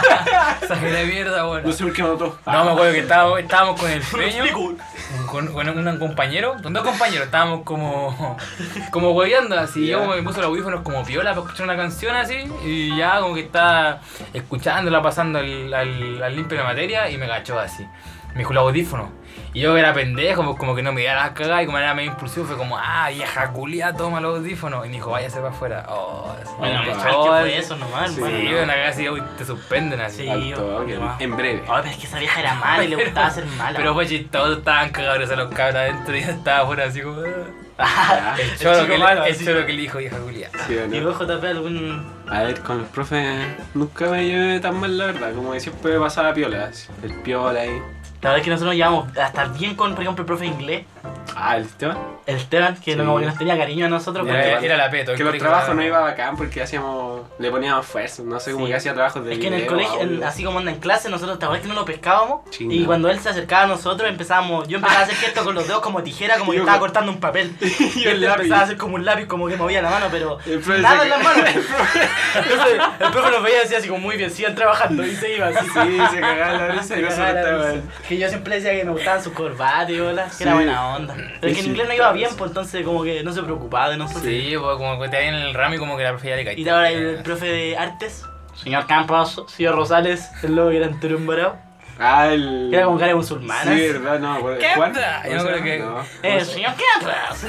Saqué la mierda, bueno. No sé por qué me notó. No, me acuerdo que estábamos, estábamos con el peño, con, con un compañero, con dos compañeros, estábamos como, como hueveando así. Ya. Yo como me puse los audífonos como piola para escuchar una canción así, y ya como que estaba escuchándola, pasando al, al, al limpio de la materia, y me cachó así. Me dijo los audífonos. Y yo que era pendejo, pues como que no me diera la cagada, y como era medio impulsivo, fue como, ah, vieja culia, toma los audífonos. Y me dijo, váyase para afuera. Oh, así. Bueno, me ¿qué echó, fue así. eso nomás, Sí, hermano? Sí, una cagada así, uy, te suspenden así. Sí. Al toque, nomás. en breve. Ay, pero es que esa vieja era mala y le gustaba ser mala. Pero fue chistoso, estaban cagados a los cabros adentro y yo estaba afuera así como... "Ah". Ah, El el choro chico que, malo, le, el así. choro que le dijo vieja culia. Sí, ¿o no? ¿Y vos, J P, algún...? A ver, con el profe nunca me llevé tan mal, la verdad. Como que siempre pasaba piola. así. El piola ahí. La verdad es que nosotros nos llevamos a estar bien con, por ejemplo, el profe de inglés, Ah, el Esteban. el Esteban, que Sí. no, como que nos tenía cariño a nosotros. Era- porque- Era, era la peto. Que los trabajos no iba bacán porque hacíamos. Le poníamos esfuerzo. No sé, como Sí. que hacía trabajos de Es que en el video, colegio, en- audio. así como anda en clase, nosotros, ¿te acuerdas que no lo pescábamos? Chinga. Y cuando él se acercaba a nosotros, empezábamos, yo empezaba a hacer gestos con los dedos como tijera, como que Yo estaba con- cortando un papel. Y el él lápiz. empezaba a hacer como un lápiz, como que movía la mano, pero El profe nada se- en las manos. Entonces, el profe nos veía y decía así como muy bien, sigan trabajando, y se iba así. Sí, se cagaba la risa y Se nosotros cagaba la estábamos. risa. Que yo siempre decía que me gustaban sus corbatas y bolas, que era Sí. buena onda. Pero es que en Sí, inglés no iba sí. bien, pues entonces como que no se preocupaba de nosotros. Sí, pues como que te habían en el ramo y como que la profe ya le caía. Y ahora el profe de artes, señor Campos, señor Rosales, el lobo que era entero embarado, Ah, el. que era como cara musulmana. Sí, verdad, no. pues, ¿Qué Juan. onda? Yo ¿Cómo creo se que- llama? No. Eh, señor Campos.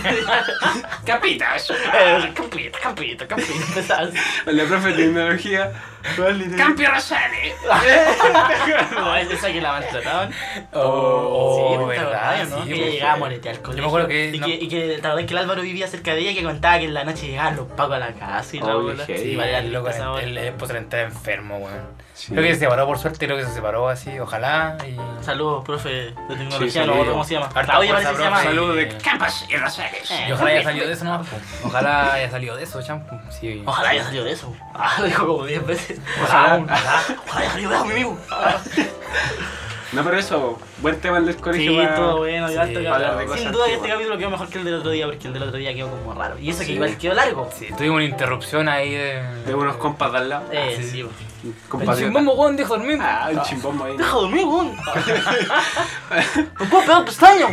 Capitas. Eh, Campito, campito, campito. Empezaba así. La profe de tecnología. Campi Rosales. No, es esa que la maltrataban. Oh, Sí, oh, pues, ¿te verdad, acordás, ¿no? sí, Que pues, ella llegaba a moletear al colegio. me acuerdo que Y no- que, y que la verdad es que el Álvaro vivía cerca de ella, que contaba que en la noche llegaban los pacos a la casa y la Oye, bola. heavy. Sí, Sí, vale, el loco, esa bola. el, el esposo estaba enfermo, weón. Sí. Creo que se separó por suerte, creo que se separó así, ojalá. Y... Saludos, profe de tecnología, Sí, no me acuerdo saludos. cómo se llama. Harta Claudia fuerza, parece que se llama. profe. Saludos de Eh, Campos y Rosales. Eh, Y ojalá haya salido de eso nomás, pues. Ojalá haya salido de eso, champo. Sí. Ojalá haya salido de eso. Ah, lo dijo como diez veces. Ojalá. Ojalá, ojalá haya salido de eso, mi amigo. Ah. No, pero eso, buen tema el del colegio. Sí, para- todo bueno, sí, yo harto que hablar hablar. de cosas Sin duda que este antiguas. capítulo quedó mejor que el del otro día, porque el del otro día quedó como raro. Y eso que Sí. igual quedó largo. Sí, tuvimos una interrupción ahí de. De unos compas de al lado. Eh, sí. sí, pues. El Compatriotas. chimbombo, weón, dijo el mismo. Ah, un chimbombo ahí. Deja de dormir, weón. No puedo pegar pestañas.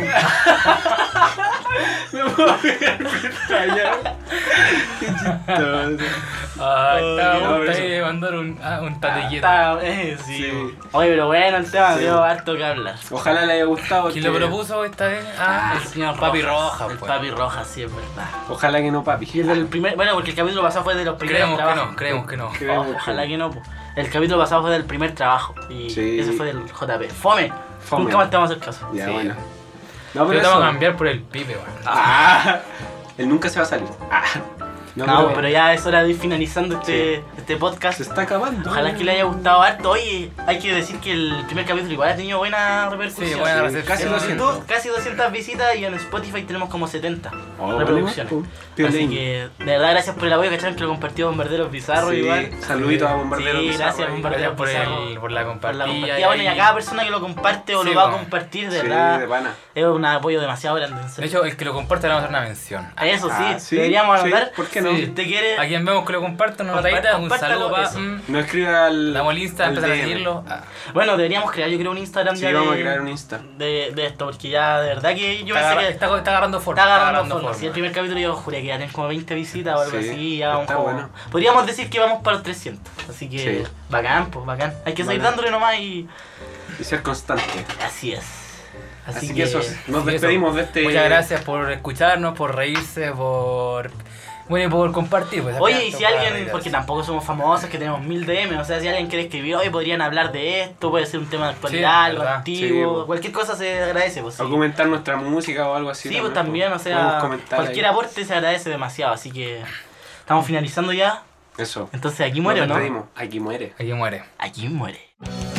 No puedo pegar pestañas. Qué chistoso. Ah, Oh, estaba a no, punto pero ahí eso- de mandar un, ah, un tatequete. Está, eh, sí. Sí. Oye, pero bueno, el tema Sí. dio harto que hablar. Ojalá le haya gustado. ¿Quién lo que- propuso esta vez? Ah, El señor Papi Rojas, Roja, El pues. Papi Roja, sí, es verdad. Ojalá que no, papi. Y el del primer, bueno, porque el capítulo pasado fue de los primeros Creemos que trabajos. no, creemos que no. Creemos Oh, que ojalá no. que no, po. El capítulo pasado fue del primer trabajo. Y Sí. ese fue del J P. Fome. Fome. Nunca más te vamos a hacer caso. Ya, Sí. bueno. No, Pero pero te vamos a eso. cambiar por el pipe, weón. Ah, él nunca se va a salir. Ah. No, pero, ya es hora de ir finalizando este, este podcast. se está acabando. Ojalá que le haya gustado harto. Oye, hay que decir que el primer capítulo igual ha tenido buena repercusión. Sí, buena Sí, recepción. casi En doscientos. YouTube casi doscientas visitas y en Spotify tenemos como setenta Oh, reproducciones. vale, pues, Así Piolín. que, de verdad, gracias por el apoyo, ¿cacharon? Que lo compartió Bombarderos Bizarro Sí, igual. Saludito a Bombardero Sí, Pizarro gracias, ahí. Bombardero. Gracias por, Pizarro. el, por la Por la compartida. compartida. Bueno, y a cada persona que lo comparte o Sí, lo va a bueno. compartir, de Sí, verdad, de pana. es un apoyo demasiado grande. en De serio. hecho, el que lo comparte le vamos a hacer una mención. A eso sí, Ah, sí, deberíamos sí, anotar. ¿por qué Sí, Si Sí. usted quiere, A quien vemos que lo compartan una Compar- notadita, un compártalo, saludo para. eso. No escriba al. Damos el Insta, al empezar a D M. seguirlo. Ah, bueno, deberíamos crear, yo creo, un Instagram Sí, ya vamos de, a crear un Insta. de, de esto, porque ya de verdad que yo está, pensé agarra- que está, está agarrando forma. está agarrando forma. forma. Si el primer capítulo yo juré que ya tenían como veinte visitas o algo Sí, así, ya vamos está como- bueno. Podríamos decir que vamos para los trescientos, así que Sí. bacán, pues bacán. Hay que seguir Bacán. dándole nomás y Y ser constante. así es. Así, Así, que, eso, nos Sí, despedimos eso. de este. Muchas gracias por escucharnos, por reírse, por. Bueno, y por compartir. Pues, Oye, acá y esto si para alguien, reírse. porque tampoco somos famosos, que tenemos mil D M, o sea, si alguien quiere escribir, oye, podrían hablar de esto, puede ser un tema de actualidad, Sí, algo verdad. antiguo, Sí, cualquier cosa se agradece, pues sí. O comentar nuestra música o algo así. Sí, pues también, o sea, Podemos comentar cualquier ahí. aporte se agradece demasiado, así que estamos finalizando ya, Eso. entonces aquí muere, ¿o Nos no? despedimos. Aquí muere. Aquí muere. Aquí muere.